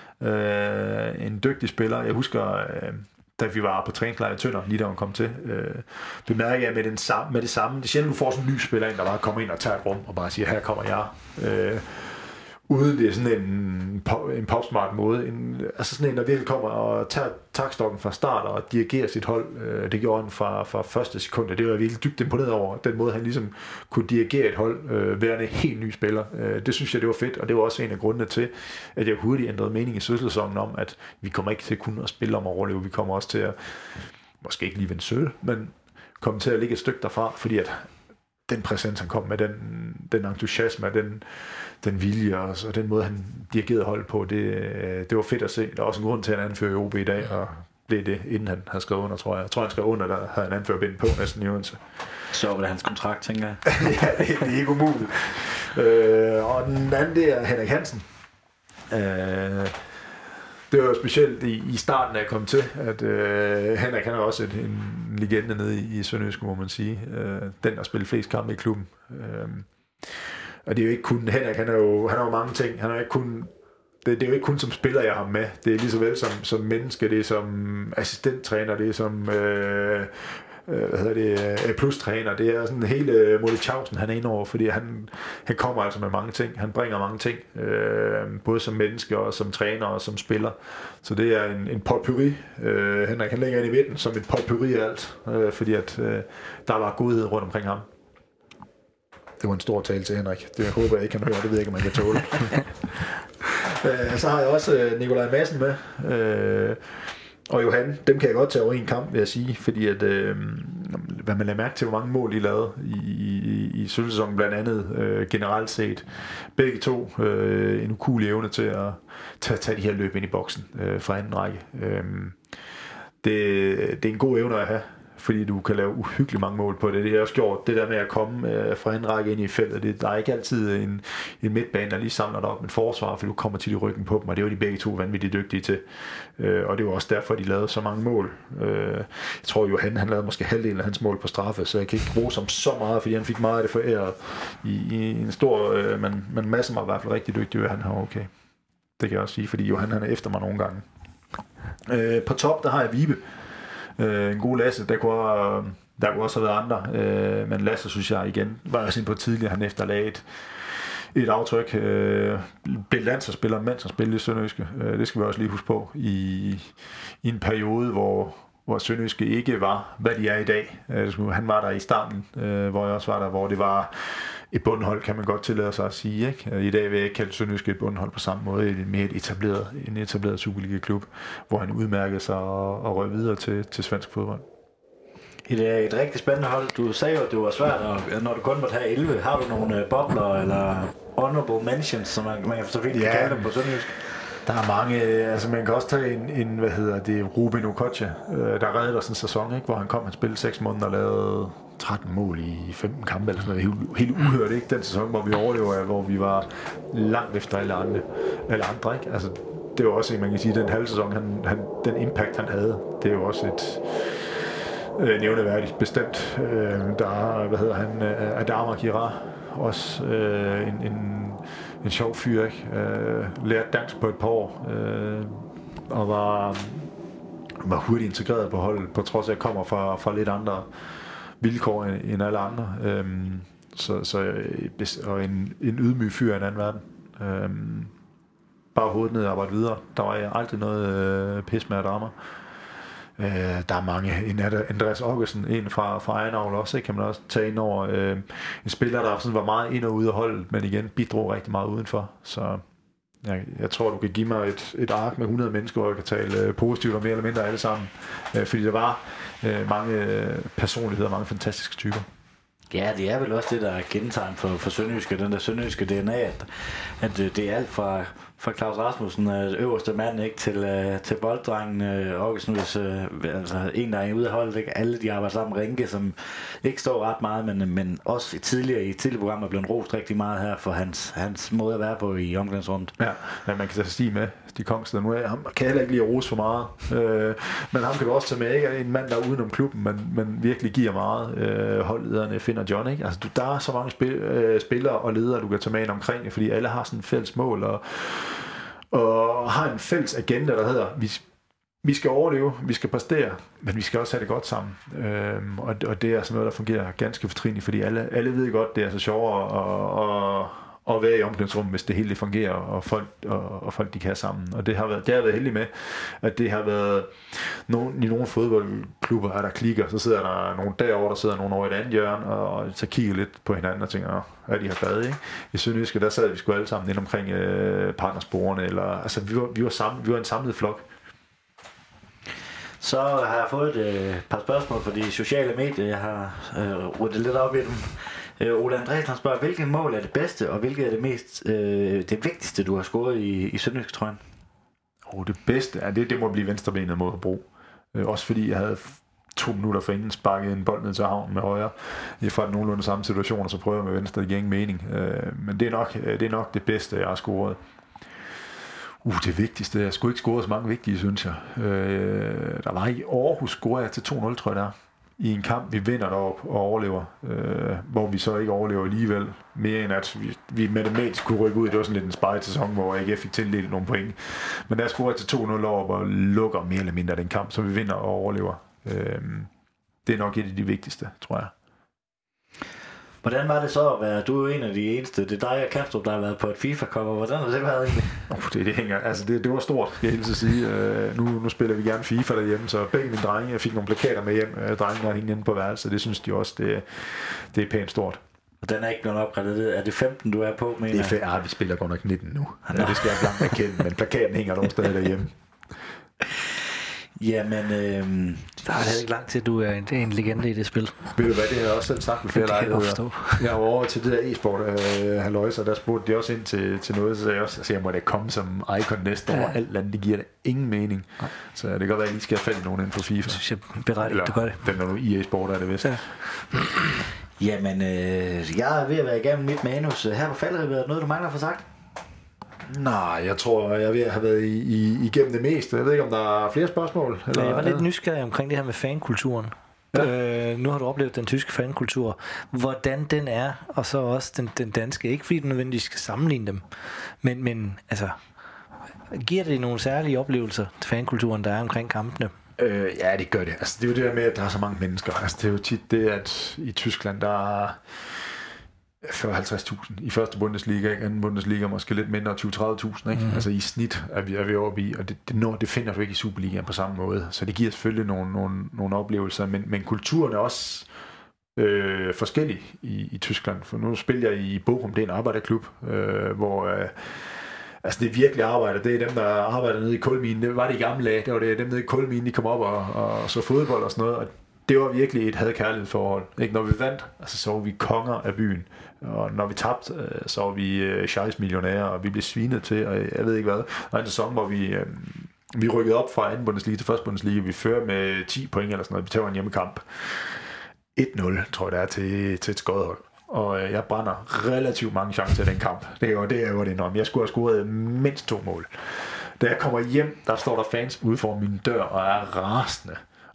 Uh, en dygtig spiller. Jeg husker, uh, da vi var på træningslejr i Tønder, lige da hun kom til, uh, bemærker jeg med, den samme, med det samme. Det er sjældent, du får sådan en ny spiller ind, der bare kommer ind og tager et rum og bare siger, her kommer jeg. Uh, uden det er sådan en, en popsmart måde. En, altså sådan en, der virkelig kommer og tager takstokken fra start og dirigerer sit hold. Uh, det gjorde han fra, fra første sekund. Det var jeg virkelig dybt imponeret over. Den måde, han ligesom kunne dirigere et hold, uh, værende en helt ny spiller. Uh, det synes jeg, det var fedt, og det var også en af grundene til, at jeg hurtigt ændrede mening i søsæsonen om, at vi kommer ikke til kun at spille om at overleve. Vi kommer også til at, måske ikke lige vinde sølv, men komme til at ligge et stykke derfra, fordi at den præsens, han kom med, den, den entusiasme, den, den vilje og, og den måde, han dirigerede hold på, det, det var fedt at se. Der er også en grund til, at han anfører i O B i dag, og det er det, inden han havde skrevet under, tror jeg. Jeg tror, han skrev under, der havde han anført på næsten i Odense. Så var det hans kontrakt, tænker jeg. Ja, det, det er ikke umuligt. Øh, og den anden, det er Henrik Hansen. Øh, det var jo specielt i, i starten, da jeg kom til, at øh, Henrik, han er også en, en legende nede i, i Sønderjyske, må man sige. Øh, den, der spiller flest kampe i klubben. Øh, og det er jo ikke kun, Henrik, han er jo, han er jo mange ting. Han er ikke kun, det, det er jo ikke kun som spiller, jeg har med. Det er lige så vel som, som menneske, det er som assistenttræner, det er som øh, hvad hedder det, plus-træner. Det er sådan hele Molle Tjavsen, han er inde over, fordi han, han kommer altså med mange ting. Han bringer mange ting, øh, både som menneske og som træner og som spiller. Så det er en, en potpourri. Øh, Henrik, han ligger inde i midten som et potpourri af alt, øh, fordi at øh, der var godhed rundt omkring ham. Det var en stor tale til Henrik. Det jeg håber jeg ikke kan høre, det ved jeg ikke, om man kan tåle. øh, så har jeg også Nikolaj Madsen med. Øh, Og Johan, dem kan jeg godt tage over i en kamp, vil jeg sige, fordi at, øh, hvad man lader mærke til, hvor mange mål de lavede i, i, i sølvsæsonen blandt andet, øh, generelt set. Begge to øh, en ukulig evne til at tage, tage de her løb ind i boksen øh, fra anden række. Øh, det, det er en god evne at have, fordi du kan lave uhyggeligt mange mål på det. Det har også gjort det der med at komme øh, fra en række ind i feltet. Det, der er ikke altid en, en midtbane, der lige samler dig op med forsvar, for du kommer til i ryggen på dem, og det var de begge to vanvittigt dygtige til. Øh, og det var også derfor, de lavede så mange mål. Øh, jeg tror jo, han, han lavede måske halvdelen af hans mål på straffe, så jeg kan ikke rose ham så meget, fordi han fik meget af det foræret i, i en stor... Øh, men, men Madsen var i hvert fald rigtig dygtig, og han har okay. Det kan jeg også sige, fordi Johan han er efter mig nogle gange. Øh, på top, der har jeg Vibe. Øh, en god Lasse, der kunne, der kunne også have været andre, øh, men Lasse, synes jeg igen, var jeg sådan på tidligere, han efterlagde et, et aftryk, øh, blev landsholdsspiller, mens han spillede i Sønderjyske, øh, det skal vi også lige huske på, i, i en periode, hvor, hvor Sønderjyske ikke var, hvad de er i dag. Øh, han var der i starten, øh, hvor jeg også var der, hvor det var et bundhold, kan man godt tillade sig at sige. Ikke? I dag vil jeg ikke kalde Sønderjyske et bundhold på samme måde, en mere etableret, en etableret Superliga-klub, hvor han udmærkede sig og, og røg videre til, til svensk fodbold. Et, et rigtig spændende hold. Du sagde jo, at det var svært, og når du kun måtte have elleve, har du nogle bobler eller honorable mentions, som man, man så fint kan kalde dem på Sønderjysk? Der er mange, altså man kan også tage en, en hvad hedder det, Ruben Okocha, der reddede os en sæson, ikke, hvor han kom, han spillede seks måneder og lavede tretten mål i femten kampe, eller sådan noget. Helt, helt uhørt, ikke? Den sæson, hvor vi overlever, hvor vi var langt efter alle andre, alle andre, ikke? Altså, det er jo også, man kan sige, den halve sæson, han, han, den impact, han havde, det er jo også et, øh, nævneværdigt bestemt. Øh, der er, hvad hedder han, øh, Adama Kira, også øh, en, en, en sjov fyr, ikke? Øh, lærte dansk på et par år, øh, og var, var hurtigt integreret på holdet, på trods af at jeg kommer fra, fra lidt andre vilkår end, end alle andre. Øh, så, så, og en, en ydmyg fyr i en anden verden. Øh, bare hovedet ned og arbejde videre. Der var aldrig noget øh, pis med Adama. Øh, der er mange. En Andreas Augesen, en fra, fra Ejenavl også, ikke? Kan man også tage ind over. Øh, en spiller, der sådan var meget ind og ude af holdet, men igen bidrog rigtig meget udenfor. Så jeg, jeg tror, du kan give mig et, et ark med hundrede mennesker, hvor jeg kan tale øh, positivt og mere eller mindre alle sammen. Øh, fordi der var øh, mange øh, personligheder, mange fantastiske typer. Ja, det er vel også det, der er kendetegn for, for Sønderjyske, den der sønderjyske D N A, at, at det er alt fra, fra Claus Rasmussen, øverste mand, ikke, til, uh, til bolddrengen, uh, August, hvis, uh, altså en, der er ude af holdet, ikke? Alle de arbejder sammen. Rinke, som ikke står ret meget, men, men også tidligere i et tidligere program er blevet rost rigtig meget her for hans, hans måde at være på i omklædningsrummet. Ja, ja, man kan tage Stig med, de Kongstad. Nu er ham kan heller ikke lide at rose for meget, øh, men ham kan du også tage med, ikke? En mand, der er udenom klubben, men, men virkelig giver meget. Øh, holdlederne finder John, ikke? Altså, du, der er så mange spil, øh, spillere og ledere, du kan tage med ind omkring, fordi alle har sådan et fælles mål, og, og har en fælles agenda, der hedder, vi, vi skal overleve, vi skal præstere, men vi skal også have det godt sammen. Øhm, og, og det er sådan noget, der fungerer ganske fortrinligt, fordi alle, alle ved godt, det er så sjovere at, at, at være i omklædningsrummet, hvis det hele fungerer, og folk, og, og folk de kan sammen. Og det har været, det har været heldig med, at det har været nogen, i nogle fodboldklubber, er der klikker, så sidder der nogen derovre, der sidder nogen over i et andet hjørne, og så kigger lidt på hinanden og tænker, hvad de har bad, ikke? I Sønderjyske, der sad vi sgu alle sammen ind omkring øh, partnersporene, eller, altså vi var, vi var, sammen, vi var en samlet flok. Så har jeg fået et øh, par spørgsmål på de sociale medier. Jeg har øh, ryddet lidt op i dem. Øh, Ole Andreasen spørger, hvilket mål er det bedste, og hvilket er det mest øh, det vigtigste, du har scoret i, i Sønderjysk, tror jeg? Oh, det bedste er det, det må blive venstrebenet mod at bruge. Øh, også fordi jeg havde to minutter for inden sparket en bold ned til havnen med højre. I fra den nogenlunde samme situation, og så prøver jeg med venstre, det giver ingen mening. Øh, men det er, nok, det er nok det bedste, jeg har scoret. Uh, det vigtigste. Jeg skulle ikke score så mange vigtige, synes jeg. Øh, der var i Aarhus, scorede jeg til to nul, tror jeg der. I en kamp, vi vinder deroppe og overlever. Øh, hvor vi så ikke overlever alligevel. Mere end at vi, vi matematisk kunne rykke ud. Det var sådan lidt en spejlsæson, hvor jeg ikke fik tildelt nogle point. Men der scorede jeg til to nul over og lukker mere eller mindre den kamp, så vi vinder og overlever. Øh, det er nok et af de vigtigste, tror jeg. Hvordan var det så at være, du er en af de eneste, det er dig og Kastrup, der har været på et FIFA-cover, hvordan har det været egentlig? Oh, det, det, hænger, altså det, det var stort, skal jeg helt sige. Uh, nu, nu spiller vi gerne FIFA derhjemme, så begge mine drenge, jeg fik nogle plakater med hjem, uh, drengene er hængt inde på værelset, det synes de også, det, det er pænt stort. Og den er ikke blevet oprettet, er det femten, du er på, mener jeg? Det er, ja, vi spiller godt nok nitten nu, ja, det skal jeg blankt erkende, men plakaten hænger nogle steder derhjemme. Jamen, øhm, der er det ikke langt til, at du er en, en legende i det spil. Ved du hvad, det har jeg også selv sagt med flere lejligheder. Jeg var over til det der e-sport øh, halløjse, og der spurgte de også ind til, til noget, så sagde jeg også, altså, jeg må da komme som icon næste år, alt andet, det giver da ingen mening. Ja. Så det kan godt være, at jeg lige skal have fat i nogen inden for FIFA. Jeg synes, jeg berettigt, du gør det. Den er nu i e-sport, er det vist. Ja. Jamen, øh, jeg er ved at være igennem mit manus. Her på Falderebet, er det noget, du mangler for sagt? Nej, jeg tror, jeg vil have været i, i, igennem det meste. Jeg ved ikke, om der er flere spørgsmål? Eller? Ja, jeg var lidt nysgerrig omkring det her med fankulturen. Ja. Øh, nu har du oplevet den tyske fankultur. Hvordan den er, og så også den, den danske. Ikke fordi du nødvendigvis skal sammenligne dem, men, men altså, giver det nogle særlige oplevelser til fankulturen, der er omkring kampene? Øh, ja, det gør det. Altså, det er jo det der med, at der er så mange mennesker. Altså, det er jo tit det, at i Tyskland, der er fyrre til halvtreds tusind i første Bundesliga, ikke? Anden Bundesliga måske lidt mindre, tyve til tredive tusind, ikke? Mm. Altså i snit er vi, er vi oppe i, og det, det, når, det finder du ikke i Superligaen på samme måde, så det giver selvfølgelig nogle, nogle, nogle oplevelser, men, men kulturen er også øh, forskellig i, i Tyskland, for nu spiller jeg i Bochum, det er en arbejderklub, øh, hvor øh, altså det er virkelig arbejder, det er dem, der arbejder nede i kulminen, det var det i gamle dage, det var det dem nede i kulminen, de kom op og, og så fodbold og sådan noget, og det var virkelig et had-kærlighedsforhold. Ikke? Når vi vandt, altså, så var vi konger af byen. Og når vi tabte, så var vi scheiß-millionærer, og vi blev svinet til, og jeg ved ikke hvad. Der var en sæson, hvor vi, øh, vi rykkede op fra anden Bundesliga til første Bundesliga. Vi fører med ti point eller sådan noget. Vi tager en hjemmekamp. et nul, tror jeg, det er til, til et skodhold. Og øh, jeg brænder relativt mange chancer i den kamp. Det er jo det, er jo det enormt. Jeg skulle have scoret mindst to mål. Da jeg kommer hjem, der står der fans ude for min dør og er rasende.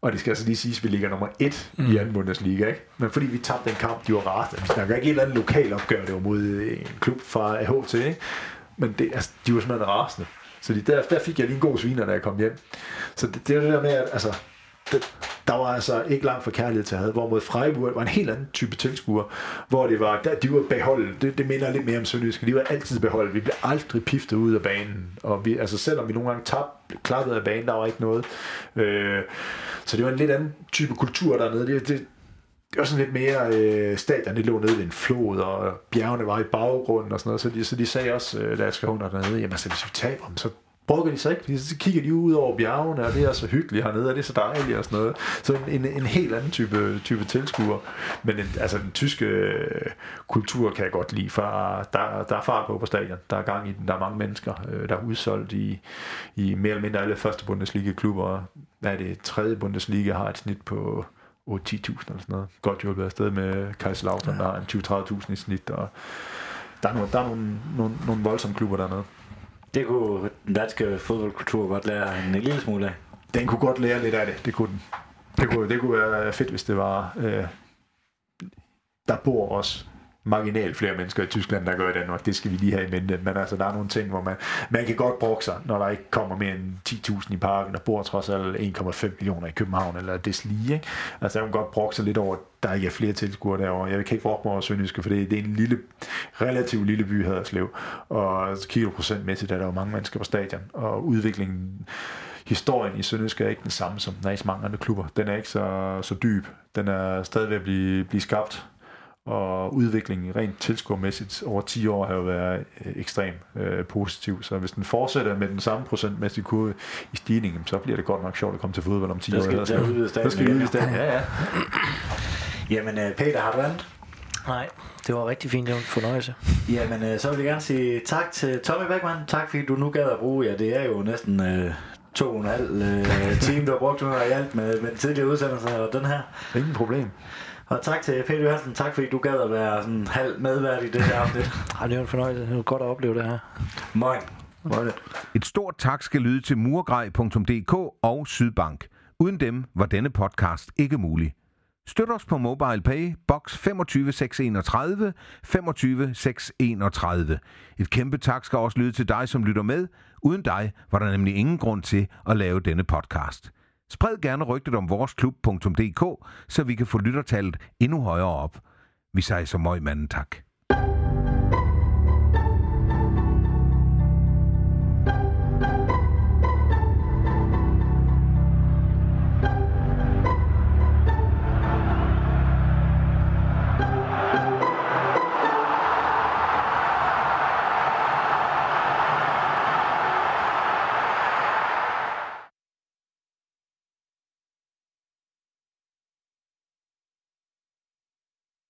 Og det skal altså lige siges, at vi ligger nummer et mm. i anden Bundesliga, ikke? Men fordi vi tabte den kamp, de var rasende. Vi snakker ikke et eller andet lokal opgør, det var mod en klub fra A H T, ikke? Men det, altså, de var simpelthen rasende. Så de, der, der fik jeg lige en god sviner, da jeg kom hjem. Så det, det er det der med, at altså, det, der var altså ikke langt fra kærlighed til at have, hvorimod Freiburg var en helt anden type tilskuer, hvor det var, der, de var beholdet. Det, det minder lidt mere om Sønderjyske. De var altid beholdet. Vi blev aldrig piftet ud af banen. Og vi, altså selvom vi nogle gange tabte, klappet af banen, der var ikke noget. Øh, så det var en lidt anden type kultur dernede. Det, det, det var sådan lidt mere øh, stadion, det lå nede ved en flod, og bjergene var i baggrunden og sådan noget. Så de, så de sagde også, øh, da jeg skrev under dernede, jamen altså, hvis vi taber dem, så brokker de sig ikke. Så kigger de ud over bjergene, og det er så hyggeligt hernede, og det er så dejligt og sådan noget. Så en, en helt anden type, type tilskuer. Men en, altså den tyske øh, kultur kan jeg godt lide, for der, der er fart på på stadion. Der er gang i den. Der er mange mennesker, øh, der er udsolgt i, i mere eller mindre alle første Bundesliga-klubber. Hvad er det? Tredje Bundesliga har et snit på otte til ti tusind eller sådan noget. Godt hjulpet afsted med Kaiserslautern, ja. Der er en tyve til tredive tusind i snit, og der er, nogle, der er nogle, nogle, nogle voldsomme klubber dernede. Det kunne den danske fodboldkultur godt lære en lille smule af. Den kunne godt lære lidt af det, det kunne den. Det kunne, det kunne være fedt, hvis det var... Øh, der bor også marginalt flere mennesker i Tyskland, der gør i Danmark. Det skal vi lige have i mente. Men altså, der er nogle ting, hvor man, man kan godt brokke sig, når der ikke kommer mere end ti tusind i parken. Der bor trods alt en komma fem millioner i København, eller deslige, ikke? Altså, der kan man godt brokke sig lidt over, at der ikke er flere tilskuere derovre. Jeg kan ikke brokke mig over Sønderjyske, for det er en lille, relativt lille by, Haderslev. Og så kigger du procentmæssigt, at der er mange mennesker på stadion. Og udviklingen, historien i Sønderjyske er ikke den samme, som den er i mange andre klubber. Den er ikke så, så dyb. Den er stadig ved at blive, blive skabt. Og udviklingen rent tilskuermæssigt over ti år har jo været øh, ekstremt øh, positiv. Så hvis den fortsætter med den samme procentmæssige kurve i stigningen, så bliver det godt nok sjovt at komme til fodbold om ti år. Der skal vi udvide stadig. Der skal vi udvide stadig. Ja, ja. Jamen, øh, Peter, har du andet? Nej, det var rigtig fint. Det var en fornøjelse. Jamen, øh, så vil jeg gerne sige tak til Tommy Beckmann. Tak fordi du nu gad at bruge, ja, det er jo næsten øh, to og en halv øh, time, du har brugt med hjælp med, med den tidligere udsendelse og den her. Ingen problem. Og tak til Peter Johansen. Tak fordi du gad at være sådan halv medvært i det her afsnit. Ja, det var en fornøjelse. Det var godt at opleve det her. Moin. Moin. Et stort tak skal lyde til murgrej punktum d k og Sydbank. Uden dem var denne podcast ikke mulig. Støt os på MobilePay, box femogtyve seks enogtredive, femogtyve seks enogtredive. Et kæmpe tak skal også lyde til dig, som lytter med. Uden dig var der nemlig ingen grund til at lave denne podcast. Spred gerne rygtet om vores klub punktum d k, så vi kan få lyttertallet endnu højere op. Vi siger så møg manden tak.